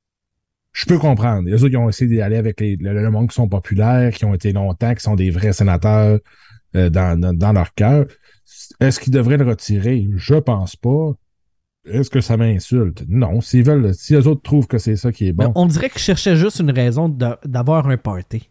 Je peux comprendre. Les autres, ils ont essayé d'aller avec les, le, le monde qui sont populaires, qui ont été longtemps, qui sont des vrais sénateurs euh, dans, dans, dans leur cœur. Est-ce qu'ils devraient le retirer? Je pense pas. Est-ce que ça m'insulte? Non. S'ils veulent, si les autres trouvent que c'est ça qui est Mais bon. on dirait qu'ils cherchaient juste une raison de- d'avoir un party.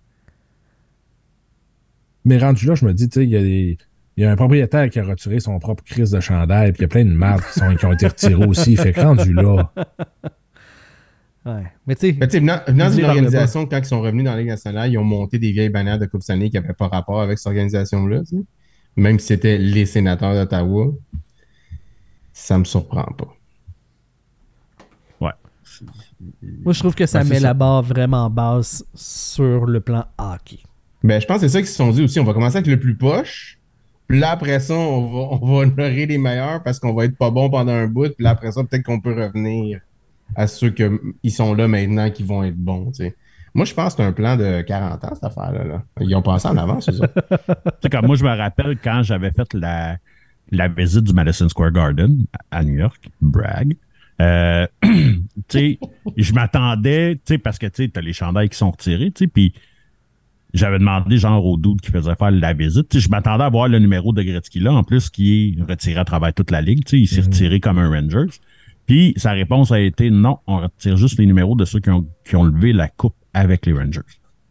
Mais rendu là, je me dis, tu sais, il y a des. Il y a un propriétaire qui a retiré son propre crise de chandail, puis il y a plein de marques qui, sont, qui ont été retirées aussi. Fait que rendu là. Ouais. Mais tu sais, Mais tu sais, venant, venant Ils d'une par le organisation, quand ils sont revenus dans la Ligue nationale, ils ont monté des vieilles bannières de Coupe Stanley qui n'avaient pas rapport avec cette organisation-là. Tu sais. Même si c'était les sénateurs d'Ottawa, ça me surprend pas. Ouais. moi, je trouve que ça Ouais, c'est met ça. la barre vraiment basse sur le plan hockey. Ben, je pense que c'est ça qu'ils se sont dit aussi. On va commencer avec le plus poche. Puis là, après ça, on va, on va honorer les meilleurs parce qu'on va être pas bon pendant un bout. Puis là, après ça, peut-être qu'on peut revenir à ceux qui sont là maintenant qui vont être bons. Tu sais. Moi, je pense que c'est un plan de quarante ans, cette affaire-là. Là. Ils ont pensé en avance, c'est ça. Tu sais, comme moi, je me rappelle quand j'avais fait la, la visite du Madison Square Garden à New York, brag. Euh, tu sais, je m'attendais, tu sais, parce que tu sais, t'as les chandails qui sont retirés, tu sais, puis j'avais demandé genre au dude qui faisait faire la visite, tu sais, je m'attendais à voir le numéro de Gretzky là, en plus, qui est retiré à travers toute la ligue, tu sais, il s'est Mhm. retiré comme un Rangers. Puis sa réponse a été non, on retire juste les numéros de ceux qui ont, qui ont levé la coupe avec les Rangers.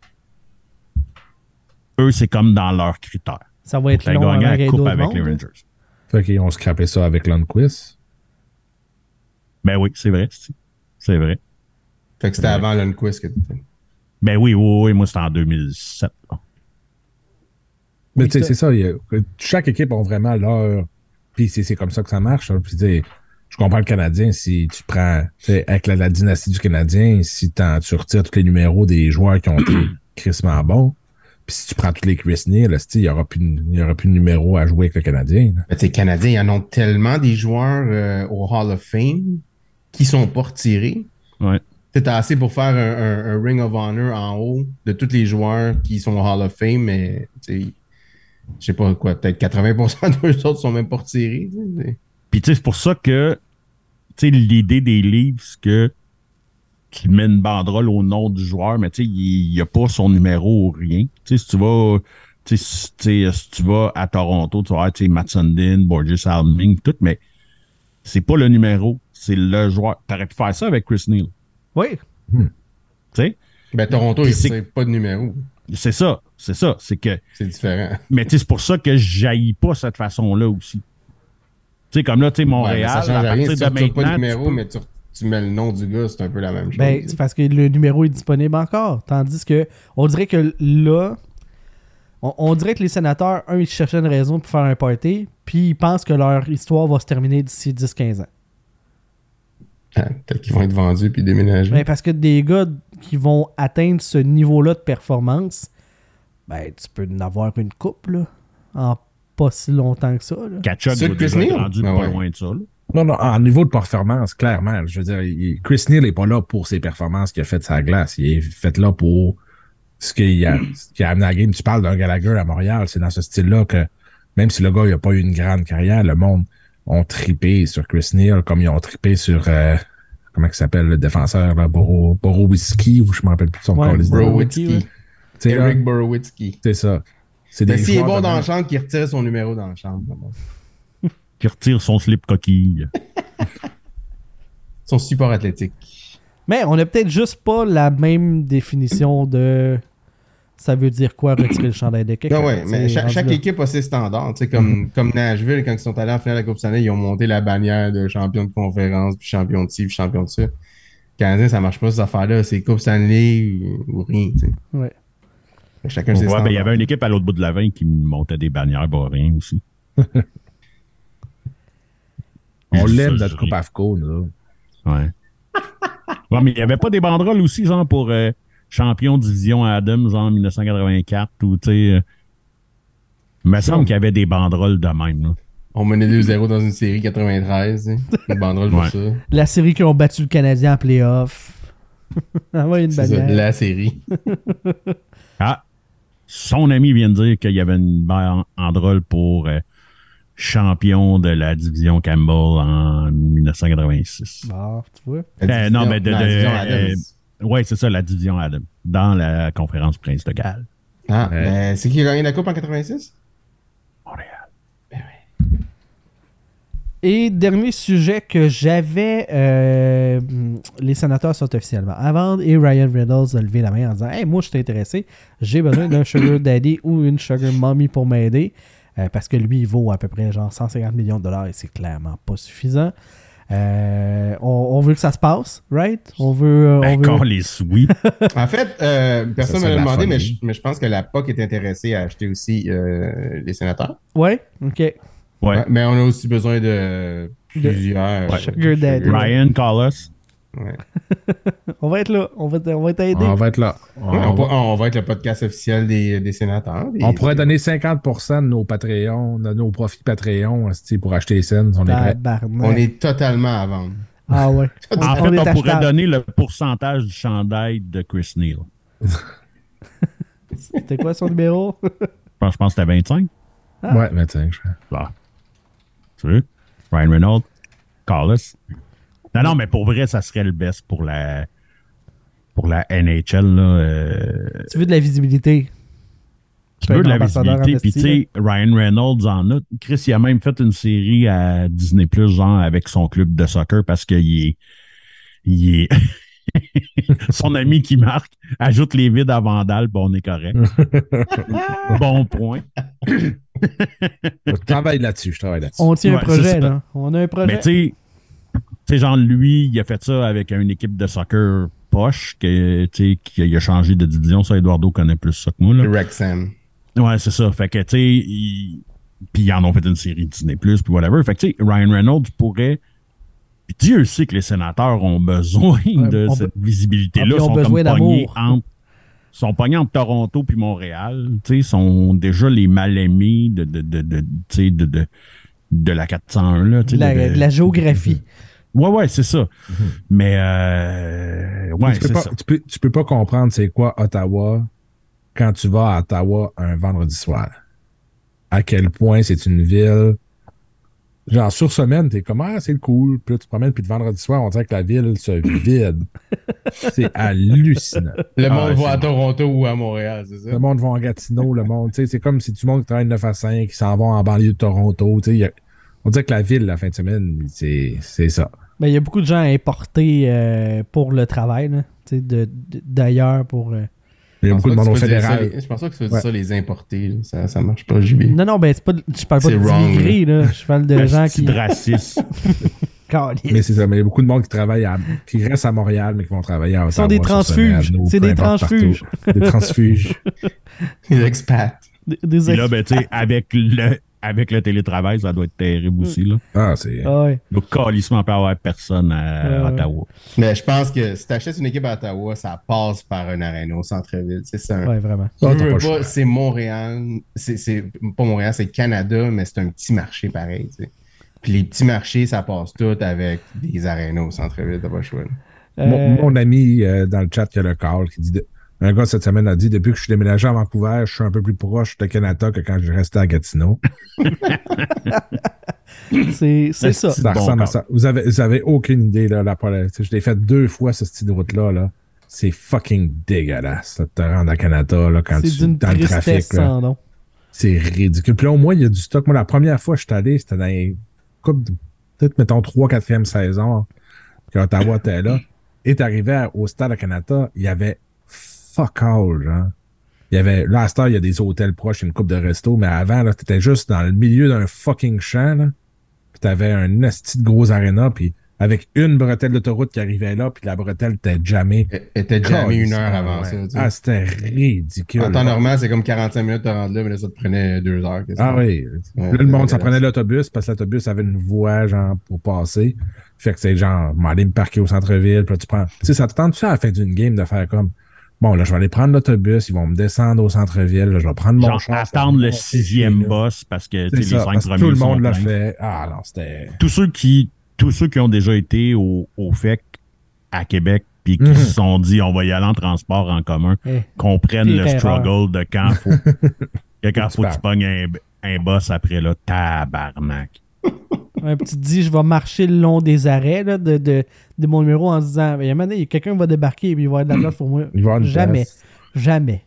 Eux, c'est comme dans leurs critères. Ça va être T'as long gagné avant la qu'il y ait coupe d'autres avec mondes, les là. Rangers. Fait qu'ils ont scrappé ça avec Lundqvist. Ben oui, c'est vrai. c'est- C'est vrai. Fait que c'était avant Lundqvist que t'étais. Ben oui, oui, oui, moi c'était en deux mille sept. là. Mais Oui, tu sais, c'est- c'est ça. il y a- chaque équipe a vraiment leur. Puis c'est c'est comme ça que ça marche. hein. Puis tu sais, je comprends le Canadien. Si tu prends. tu sais, avec la, la dynastie du Canadien, si t'en- tu retires tous les numéros des joueurs qui ont été crissement bons, puis si tu prends tous les Chris Neal, là, il n'y aura, plus de- il y aura plus de numéros à jouer avec le Canadien. là. Mais tu sais, les Canadiens, ils en ont tellement des joueurs euh, au Hall of Fame qui sont pas retirés. Ouais. Tu as assez pour faire un, un- un Ring of Honor en haut de tous les joueurs qui sont au Hall of Fame, mais tu sais, je sais pas quoi, peut-être quatre-vingts pour cent d'eux autres sont même pas retirés. tu sais. Puis tu sais, c'est pour ça que tu sais, l'idée des livres, c'est que tu mets une banderole au nom du joueur, mais tu sais, il n'y a pas son numéro ou rien. Tu sais, si tu vas. Tu sais, si, tu sais, si tu vas à Toronto, tu vas avoir tu sais, Matt Sundin, Borges Alming, tout, mais c'est pas le numéro, c'est le joueur. T'aurais pu faire ça avec Chris Neal. Oui. Tu sais? Ben, Toronto, Puis il c'est- ne pas de numéro. C'est ça, c'est ça. C'est que. C'est différent. Mais tu sais, c'est pour ça que je jaillis pas cette façon-là aussi. Tu sais, comme là, tu sais, Ouais, mais Montréal, ça change à rien. partir Si de tu retires pas maintenant, de numéro, tu peux- mais tu, tu mets le nom du gars, c'est un peu la même chose. Ben, c'est parce que le numéro est disponible encore. Tandis que, on dirait que là, on, on dirait que les sénateurs, un, ils cherchaient une raison pour faire un party, puis ils pensent que leur histoire va se terminer d'ici dix quinze ans. Ah, peut-être qu'ils vont être vendus puis déménager. Ben, parce que des gars qui vont atteindre ce niveau-là de performance, ben, tu peux en avoir une coupe, là, en pas si longtemps que ça. Là. Kachuk C'est doit Chris déjà être Neal? rendu Ah pas ouais. loin de ça. Là. Non, non, en niveau de performance, clairement. Je veux dire, il- Chris Neal n'est pas là pour ses performances qu'il a faites sur la glace. Il est fait là pour ce qu'il a, ce qui a amené à la game. Tu parles d'un Gallagher à Montréal. C'est dans ce style-là que, même si le gars n'a pas eu une grande carrière, le monde ont trippé sur Chris Neal comme ils ont trippé sur, euh, comment il s'appelle, le défenseur, là, Boro, Borowitzki, ou je me rappelle plus de son Ouais, calice. Borowitzki, Browitzki. ouais. C'est là, Eric Borowitzki. c'est ça. C'est Mais des s'il est joueurs bon de dans même. le champ, qu'il retire son numéro dans le champ. Qui retire son slip coquille. Ils sont super athlétiques. Mais on a peut-être juste pas la même définition de ça veut dire quoi retirer le chandail de quelqu'un. Ah ouais, mais C'est chaque, rendu chaque là. équipe a ses standards. Tu sais, comme, comme Nashville, quand ils sont allés en finale de la Coupe Stanley, ils ont monté la bannière de champion de conférence, puis champion de ci, puis champion de ça. Canadien, ça marche pas, cette affaire-là. C'est Coupe Stanley ou, ou rien. Tu sais. Ouais. Chacun Ouais, ses ben, standards. il y avait une équipe à l'autre bout de la vingt qui montait des bannières, bah, rien aussi. On Je dis l'aime, ça, notre je coupe ris. AFCO, nous. Ouais. Ouais, mais il n'y avait pas des banderoles aussi, genre, pour euh, champion division Adam, genre dix-neuf cent quatre-vingt-quatre, ou, tu sais. euh, il me semble qu'il y avait des banderoles de même, là. On menait deux zéro dans une série quatre-vingt-treize. tu sais. Une banderole pour Ouais. ça. La série qui ont battu le Canadien en playoff. Ah ouais, une C'est ça, bannière. la série. Ah, son ami vient de dire qu'il y avait une banderole pour euh, champion de la division Campbell en dix-neuf cent quatre-vingt-six. Ah, tu vois. La Euh, non, mais de- la de- division euh, Adams. Oui, c'est ça, la division Adam, dans la conférence Prince de Galles. Ah, Ouais. ben, c'est qui a gagné la Coupe en quatre-vingt-six? Montréal. Et dernier sujet que j'avais, euh, les sénateurs sont officiellement à vendre et Ryan Reynolds a levé la main en disant « Hey, moi je suis intéressé, j'ai besoin d'un sugar daddy ou une sugar mommy pour m'aider. Euh, parce que lui, il vaut à peu près genre cent cinquante millions de dollars et c'est clairement pas suffisant. Euh, on, on veut que ça se passe, right? On veut... euh, on veut... Encore les souris. En fait, euh, personne Ça, ne c'est m'a de la demandé, mais folie. je, mais je pense que la P O C est intéressée à acheter aussi euh, les sénateurs. Ouais? OK. Ouais. Ouais, mais on a aussi besoin de plusieurs. Ouais. Sugar daddy. Ryan, call us. Ouais. On va être là. On va, on va t'aider. On va être là. On, Ouais, on, va- va, on va être le podcast officiel des, des sénateurs. Des- on pourrait donner cinquante pour cent de nos Patreons, de nos profits Patreon esti, pour acheter les scènes. On est prêt. Tabarnak. On est totalement à vendre. Ah ouais. En on fait, est on pourrait achetable. donner le pourcentage du chandail de Chris Neal. C'était quoi son numéro? Je pense, je pense que c'était vingt-cinq. Ah. Ouais, vingt-cinq, je crois. Là. Tu veux? Ryan Reynolds, call us. Non, non, mais pour vrai, ça serait le best pour la pour la N H L. Là, euh, Tu veux de la visibilité? tu veux de la ambassadeur visibilité. Puis, investi, tu sais, Ryan Reynolds en a. Chris, il a même fait une série à Disney Plus, genre, avec son club de soccer parce qu'il est. Il est. Son ami qui marque ajoute les vides à Vandal, bon, on est correct. Bon point. Je travaille là-dessus, je travaille là-dessus. On tient Ouais, un projet, c'est ça. là. On a un projet. Mais tu sais, tu sais, genre, lui, il a fait ça avec une équipe de soccer poche, que, tu sais, qui a changé de division. Ça, Eduardo connaît plus ça que moi, là. Le Wrexham. Ouais, c'est ça. Fait que, tu sais, ils... puis ils en ont fait une série Disney+, puis whatever. Fait que, tu sais, Ryan Reynolds pourrait... Puis Dieu sait que les sénateurs ont besoin de on cette be- visibilité-là. Ah, puis Ils ont sont besoin comme pognés d'amour. entre... sont pognés entre Toronto puis Montréal. Tu sais, sont déjà les mal-aimés de, de, de, de, tu sais, de, de, de la quatre cent un, là. Tu sais, de, la, de- de- de la géographie. Ouais, ouais, c'est ça. Mais, euh... ouais, tu, peux c'est pas, ça. tu, peux, tu peux pas comprendre c'est quoi Ottawa quand tu vas à Ottawa un vendredi soir. À quel point c'est une ville. Genre, sur semaine, t'es comme, ah, c'est cool. Puis là, tu te promènes, puis le vendredi soir, on dirait que la ville se vide. C'est hallucinant. Le Ah, monde ouais, va c'est à bon. Toronto ou à Montréal, c'est ça? Le monde va en Gatineau, le monde. Tu sais, c'est comme si tout le monde qui travaille neuf à cinq, qui s'en vont en banlieue de Toronto. Tu sais, il y a- On dirait que la ville, la fin de semaine, c'est, c'est ça. Ben, il y a beaucoup de gens importés euh, pour le travail, là, de, de, d'ailleurs pour. Euh... Il y a beaucoup de monde au fédéral. Les, je pense pas que tu veux dire ouais. ça, les importés. Là. Ça, ça marche pas, J B. Non, non, ben, c'est pas, je parle pas c'est de d'immigrés, là. Je parle de gens qui. C'est raciste. Mais c'est ça, mais il y a beaucoup de monde qui travaille à, qui restent à Montréal, mais qui vont travailler à Ottawa. Ils sont des transfuges. C'est des transfuges. Des transfuges. Des expats. Des, des expats. Et là, ben, tu sais, avec le, avec le télétravail, ça doit être terrible aussi, là. Ah, c'est. Ah, ouais. Donc, calissement, on peut avoir personne à ah, Ottawa. Mais je pense que si tu achètes une équipe à Ottawa, ça passe par un aréna au centre-ville. C'est ça. Ouais, vraiment. Je veux pas, c'est Montréal. C'est, c'est pas Montréal, c'est Canada, mais c'est un petit marché pareil, tu sais. Puis les petits marchés, ça passe tout avec des arénas au centre-ville, t'as pas le choix. Euh... Mon, mon ami euh, dans le chat qui a le call, qui dit de, un gars cette semaine a dit depuis que je suis déménagé à Vancouver, je suis un peu plus proche de Canada que quand je restais à Gatineau. c'est, c'est ça. Ça bon ressemble à ça. Vous avez, vous avez aucune idée, là. La, je l'ai fait deux fois, ce style de route-là. Là. C'est fucking dégueulasse, là, de te rendre à Canada là, quand c'est tu es dans le trafic. Là. Nom. C'est ridicule. Puis là, au moins, il y a du stock. Moi, la première fois que je suis allé, c'était dans les coupe de, peut-être, mettons, trois, quatrième saison que Ottawa était là. Et t'arrivais au Stade à Canada, il y avait fuck all, genre. Il y avait, là, à cette heure, il y a des hôtels proches, une coupe de resto, mais avant, là, t'étais juste dans le milieu d'un fucking champ, là. Puis t'avais un esti de gros aréna, puis avec une bretelle d'autoroute qui arrivait là, puis la bretelle était jammée. Elle était jammée une heure avant ouais. ça, tu sais. Ah, c'était ridicule. En temps normal, c'est comme quarante-cinq minutes de rendre là, mais là, ça te prenait deux heures. Ah oui. Ouais, là, le monde, ça prenait l'autobus, parce que l'autobus avait une voie, genre, pour passer. Fait que c'est genre, m'aller me parquer au centre-ville, puis là, tu prends. Tu sais, ça te tente-tu à la fin d'une game de faire comme, bon, là, je vais aller prendre l'autobus, ils vont me descendre au centre-ville, là, je vais prendre mon genre, char. attendre le sixième boss, parce que, tu sais, les cinq premiers. Tout le monde l'a fait. Ah, non, c'était. Tous ceux qui, tous ceux qui ont déjà été au, au F E C à Québec, puis qui mm-hmm. se sont dit, on va y aller en transport en commun, hey. comprennent le struggle de quand faut, que quand faut que tu pognes un, un boss après, là, tabarnak. Un petit dit, je vais marcher le long des arrêts là, de, de, de mon numéro en se disant, il y a un moment donné, quelqu'un va débarquer et puis il va y avoir de la place pour moi. Jamais. Place. Jamais.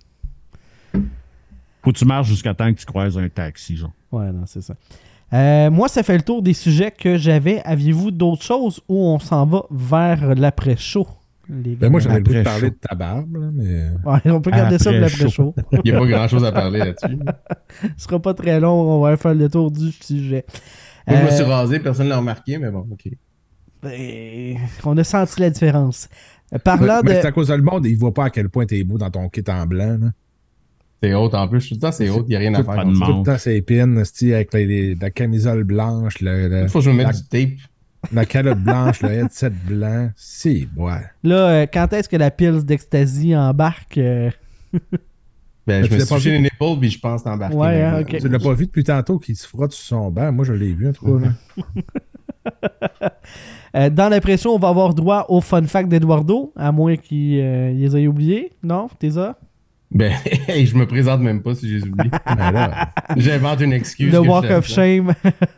Faut que tu marches jusqu'à temps que tu croises un taxi, genre. Ouais, non, c'est ça. Euh, moi, ça fait le tour des sujets que j'avais. Aviez-vous d'autres choses où on s'en va vers l'après-show? Ben moi, j'avais le goût de parler de ta barbe, là, mais... Ouais, on peut garder ça pour l'après-show. Il n'y a pas grand-chose à parler là-dessus. Ce sera pas très long, on va faire le tour du sujet. Moi, euh... je me suis rasé, personne ne l'a remarqué, mais bon, OK. Ben, on a senti la différence. Parlant mais, de... mais c'est à cause de le monde, il ne voit pas à quel point t'es beau dans ton kit en blanc, là. C'est haute en plus. Tout le temps, c'est haute. Il n'y a rien à faire. Tout le temps, c'est épine, avec les, les, la camisole blanche. Le, le, il faut que je me mette la, du tape. La calotte blanche, le headset blanc. C'est, ouais. Là, euh, quand est-ce que la Pils d'Ecstasy embarque? Euh... ben, je me suis touché les nipples, puis je pense t'embarquer. Ouais, hein, OK. Tu l'as pas vu depuis tantôt qu'il se frotte sur son banc. Moi, je l'ai vu, en tout cas. euh, dans l'impression, on va avoir droit au fun fact d'Eduardo, à moins qu'il euh, les ait oubliés. Non? T'es ça? Ben, hey, je me présente même pas si j'ai oublié. Ben là, j'invente une excuse. Le Walk of Shame.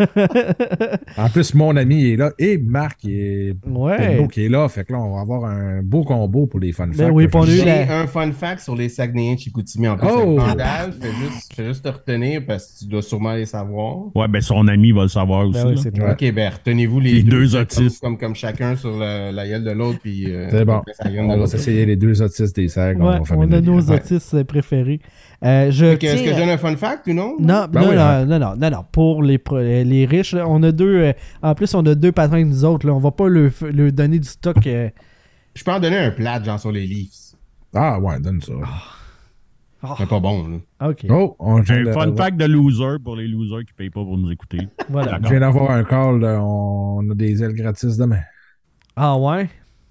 En plus, mon ami est là et Marc est ouais. qui est là. Fait que là, on va avoir un beau combo pour les fun facts. Ben oui, pour j'ai la... un fun fact sur les Saguenayens de Chicoutimi. En plus, oh! Vandal, fais juste, fais juste te retenir parce que tu dois sûrement les savoir. Ouais, ben son ami va le savoir aussi. Ben oui, c'est ouais. Ok, ben retenez-vous les, les deux, deux autistes. Comme, comme, comme chacun sur le, la gueule de l'autre. Puis, euh, c'est bon. On va s'essayer les deux autistes des Sagues. Ouais, on, on a nos ouais. autistes préférés. Euh, je tiens... Est-ce que je donne un fun fact ou non? Non, ben non, oui, non, hein. non, non, non, non. Pour les, les riches, là, on a deux. Euh, en plus, on a deux patrons que nous autres. Là, on va pas leur, leur donner du stock. Euh... Je peux en donner un plat, genre sur les Leafs. Ah ouais, donne ça. Oh. C'est pas bon, là. OK. Oh, on J'ai un de... fun fact de loser pour les losers qui payent pas pour nous écouter. Voilà. Je viens d'avoir un call. Là, on a des ailes gratis demain. Ah ouais?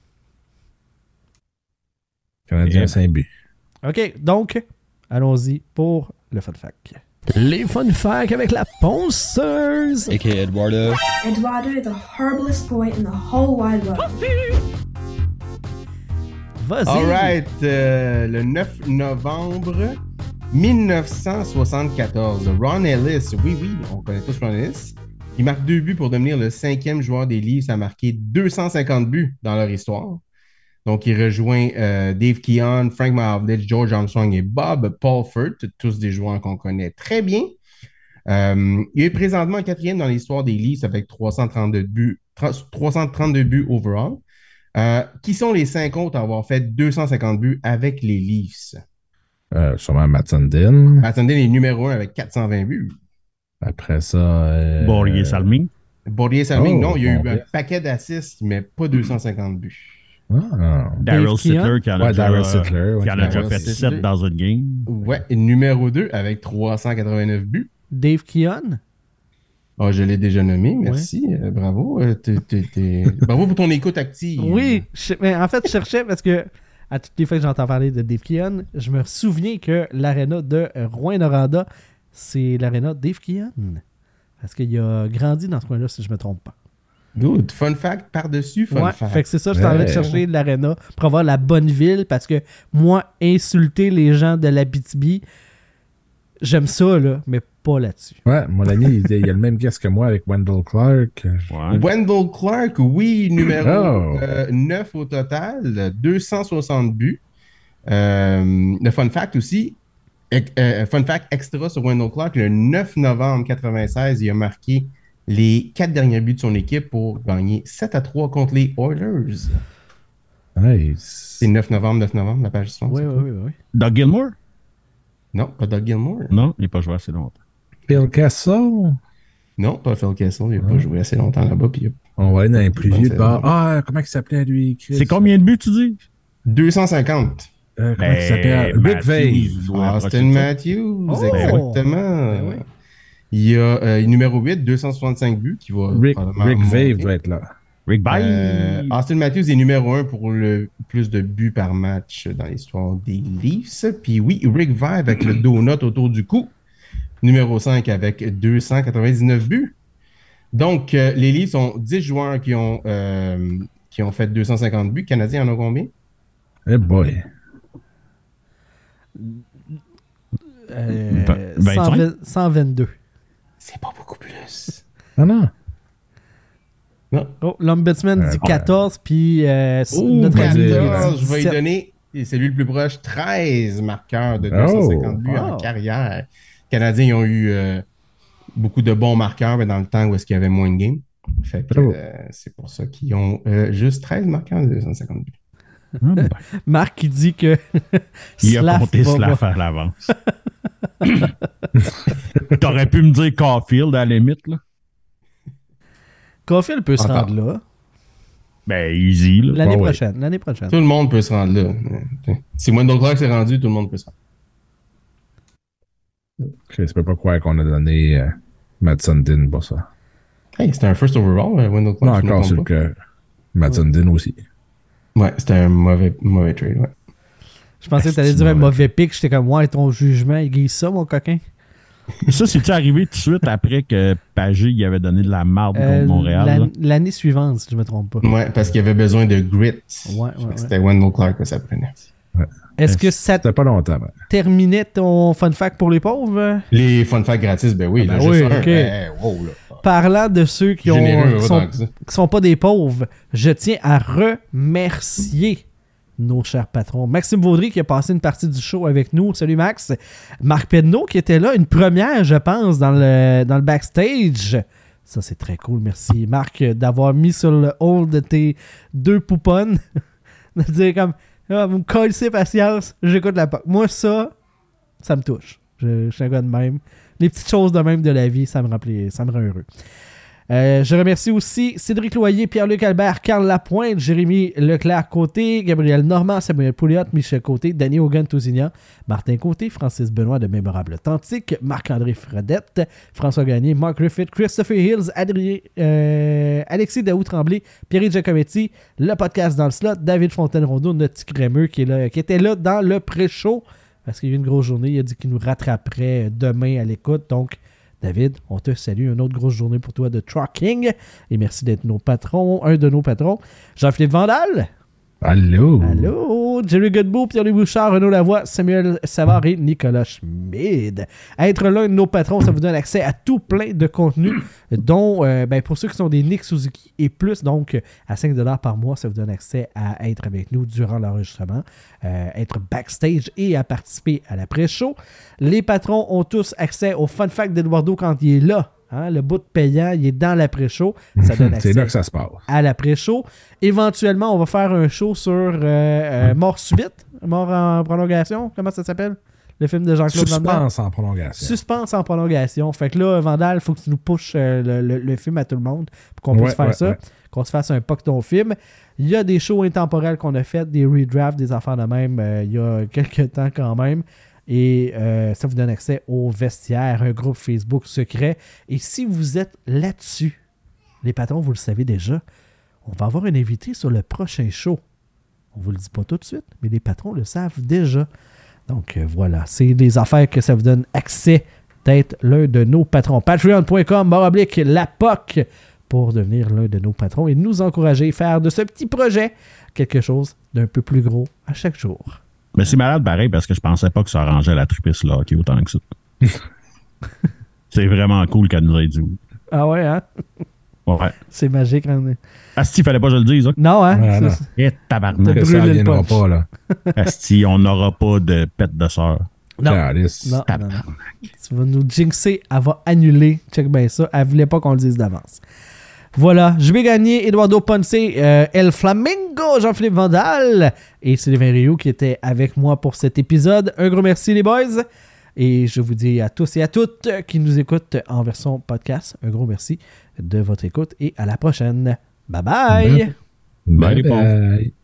Canadien cinq buts. OK, donc, allons-y pour le fun fact. Les fun facts avec la ponceuse. A K A Eduardo. Eduardo is the horriblest boy in the whole wide world. Vas-y. All right. Euh, le neuf novembre mille neuf cent soixante-quatorze, Ron Ellis, oui, oui, on connaît tous Ron Ellis, il marque deux buts pour devenir le cinquième joueur des Leafs à marquer deux cent cinquante buts dans leur histoire. Donc, il rejoint euh, Dave Keon, Frank Mahovlich, George Armstrong et Bob Pulford, tous des joueurs qu'on connaît très bien. Euh, il est présentement quatrième dans l'histoire des Leafs avec trois cent trente-deux buts, trois cent trente-deux buts overall. Euh, qui sont les cinq autres à avoir fait deux cent cinquante buts avec les Leafs? Euh, sûrement Matt Sundin. Matt Sundin est numéro un avec quatre cent vingt buts. Après ça... Euh... Borrier Salming. Borrier Salming, Oh, non, il y a bon, eu un bien. paquet d'assists, mais pas deux cent cinquante buts. Ah. Daryl Dave Sittler Keon. qui en a Ouais, déjà, Daryl Sittler, ouais, qui en a déjà Daryl fait Sittler. sept dans une game. Ouais, et numéro deux avec trois cent quatre-vingt-neuf buts. Dave Keon. Ah, je l'ai déjà nommé, merci. Euh, bravo. Euh, t'es- t'es- t'es- bravo pour ton écoute active. Oui, je- mais en fait, je cherchais parce que à toutes les fois que j'entends parler de Dave Keon, je me souviens que l'aréna de Rouyn-Noranda, c'est l'aréna Dave Keon. Parce qu'il a grandi dans ce coin-là, si je ne me trompe pas. Good. Fun fact par-dessus fun Ouais, fact. fait que c'est ça, je suis en train de Ouais. chercher l'aréna pour avoir la bonne ville parce que moi, insulter les gens de l'Abitibi, j'aime ça, là, mais pas là-dessus. Ouais, mon ami, il, il a le même guess que moi avec Wendell Clark. Ouais. Wendell Clark, oui, numéro Oh. euh, neuf au total, deux cent soixante buts. Euh, le fun fact aussi, ec- euh, fun fact extra sur Wendell Clark, le neuf novembre quatre-vingt-seize, il a marqué les quatre derniers buts de son équipe pour gagner sept à trois contre les Oilers. Nice. C'est neuf novembre, neuf novembre, la page suivante. Oui, oui, oui, oui. Doug Gilmour? Non, pas Doug Gilmour. Non, il n'a pas joué assez longtemps. Phil Castle. Non, pas Phil Kessel. Il n'a pas joué assez longtemps là-bas. Puis il a On va aller dans les plus Bonne vieux. saison. Bah, ah, comment il s'appelait lui? Chris? C'est combien de buts, tu dis? deux cent cinquante. Euh, comment Ben, il s'appelle? Rick Matthews Vave. doit approcher Austin de ça. Matthews, Oh! exactement. Ben oui. Il y a euh, numéro huit, deux cent soixante-cinq buts, qui va Rick, probablement Rick monter. Vave doit être là. Rick Bye. Euh, Austin Matthews est numéro un pour le plus de buts par match dans l'histoire des Leafs. Puis oui, Rick Vave avec le donut autour du cou. Numéro cinq avec deux cent quatre-vingt-dix-neuf buts. Donc, euh, les Leafs ont dix joueurs qui ont, euh, qui ont fait deux cent cinquante buts. Canadiens en ont combien? Eh boy. Euh, vingt- cent vingt cent vingt-deux. C'est pas beaucoup plus. Ah non. Non. Oh, l'Ombudsman Euh, dit ouais. quatorze, puis euh, Oh, notre ami quatorze, dit je vais lui dix-sept. donner, et c'est lui le plus proche, treize marqueurs de deux cent cinquante Oh, buts en wow. carrière. Les Canadiens ils ont eu euh, beaucoup de bons marqueurs, mais dans le temps où est-ce qu'il y avait moins de games. Fait que Oh. euh, c'est pour ça qu'ils ont euh, juste treize marqueurs de deux cent cinquante buts. Ah, ben, Marc qui dit que il a Slav compté va- Slav à l'avance. T'aurais pu me dire Caulfield à la limite, là. Caulfield peut se Encore. rendre là. Ben, easy, là. L'année Ah ouais. prochaine, l'année prochaine. Tout le monde peut se rendre là. Euh, Si Wendell Clark s'est rendu, tout le monde peut se rendre. Je ne sais pas quoi qu'on a donné euh, Matt Sundin pour ça. Hey, c'était un first overall, euh, Wendell Clark. Non, je me encore trompe sur le pas. cœur. Matt Sundin aussi. Ouais, c'était un mauvais, mauvais trade, ouais. Je pensais que tu allais dire un mauvais pic. J'étais comme, ouais, ton jugement, il guise ça, mon coquin. Ça, c'est-tu arrivé tout de suite après que Pagé il avait donné de la marde Euh, contre Montréal? l'an- là? L'année suivante, si je me trompe pas. Ouais, parce qu'il y avait besoin de grit. Ouais, ouais, Fait que ouais. C'était Wendell Clark que ça prenait. Est-ce que ça C'était pas longtemps. mais- terminait ton fun fact pour les pauvres? Les fun facts gratis, ben oui, Ah là, ben juste oui, un. ok. Eh, wow, là. Parlant de ceux qui, ont, Généreux, qui, autant sont, que ça. qui sont pas des pauvres, je tiens à remercier nos chers patrons. Maxime Vaudry qui a passé une partie du show avec nous. Salut Max. Marc Pedneau qui était là, une première, je pense, dans le, dans le backstage. Ça, c'est très cool. Merci Marc d'avoir mis sur le hold de tes deux pouponnes. De dire comme, ah, vous me collez patience, j'écoute la P O C. Moi, ça, ça me touche. Je, je suis un gars de même. Les petites choses de même de la vie, ça me rend, pla- ça me rend heureux. Euh, je remercie aussi Cédric Loyer, Pierre-Luc Albert, Carl Lapointe, Jérémy Leclerc-Côté, Gabriel Normand, Samuel Pouliot, Michel Côté, Danny Hogan-Tousignan, Martin Côté, Francis Benoît de Mémorable Authentique, Marc-André Fredette, François Gagné, Mark Griffith, Christopher Hills, Adrien, euh, Alexis Daou-Tremblay, Pierre Giacometti, le podcast dans le slot, David Fontaine-Rondeau, notre petit crémeux qui, est là, qui était là dans le pré-show parce qu'il y a eu une grosse journée. Il a dit qu'il nous rattraperait demain à l'écoute. Donc, David, on te salue. Une autre grosse journée pour toi de trucking. Et merci d'être nos patrons, un de nos patrons. Jean-Philippe Vandal. Allô? Allô. Trudeau, Jerry Godbout, Pierre-Louis Bouchard, Renaud Lavoie, Samuel Savard et Nicolas Schmid. Être l'un de nos patrons, ça vous donne accès à tout plein de contenus, dont, euh, ben, pour ceux qui sont des Nick Suzuki et plus, donc à cinq dollars par mois, ça vous donne accès à être avec nous durant l'enregistrement, euh, être backstage et à participer à l'après-show. Les patrons ont tous accès au fun fact d'Eduardo quand il est là. Hein, le bout de payant, il est dans l'après-show. Ça donne accès c'est là que ça se passe. à l'après-show. Éventuellement, on va faire un show sur euh, euh, Mort subite, Mort en prolongation. Comment ça s'appelle? Le film de Jean-Claude Van Damme. Suspense en prolongation. Suspense en prolongation. Fait que là, Vandal, il faut que tu nous pushes euh, le, le, le film à tout le monde pour qu'on Ouais, puisse faire ouais, ça. ouais. Qu'on se fasse un P O C ton film. Il y a des shows intemporels qu'on a fait, des redrafts, des affaires de même, euh, il y a quelques temps quand même. Et euh, ça vous donne accès au vestiaire, un groupe Facebook secret. Et si vous êtes là-dessus, les patrons, vous le savez déjà, on va avoir un invité sur le prochain show. On ne vous le dit pas tout de suite, mais les patrons le savent déjà. Donc euh, voilà, c'est des affaires que ça vous donne accès d'être l'un de nos patrons. Patreon point com barre oblique la P O C pour devenir l'un de nos patrons et nous encourager à faire de ce petit projet quelque chose d'un peu plus gros à chaque jour. Mais c'est malade pareil parce que je pensais pas que ça arrangeait la tripice là, hockey autant que ça. C'est vraiment cool qu'elle nous ait dit. Ah ouais, hein? Ouais. C'est magique. Hein? Asti, fallait pas que je le dise. Hein? Non, hein? Ouais, non. Et tabarnak. Que ça brûler le viendra punch. pas, là. Asti, on n'aura pas de pète de sœur. Non. Calice. Non, non, non. Tu vas nous jinxer, elle va annuler. Check bien ça. Elle voulait pas qu'on le dise d'avance. Voilà, je vais gagner Eduardo Ponce, euh, El Flamingo, Jean-Philippe Vandal et Sylvain Rioux qui étaient avec moi pour cet épisode. Un gros merci les boys et je vous dis à tous et à toutes qui nous écoutent en version podcast, un gros merci de votre écoute et à la prochaine. Bye bye! Bye, les pauvres. Bye.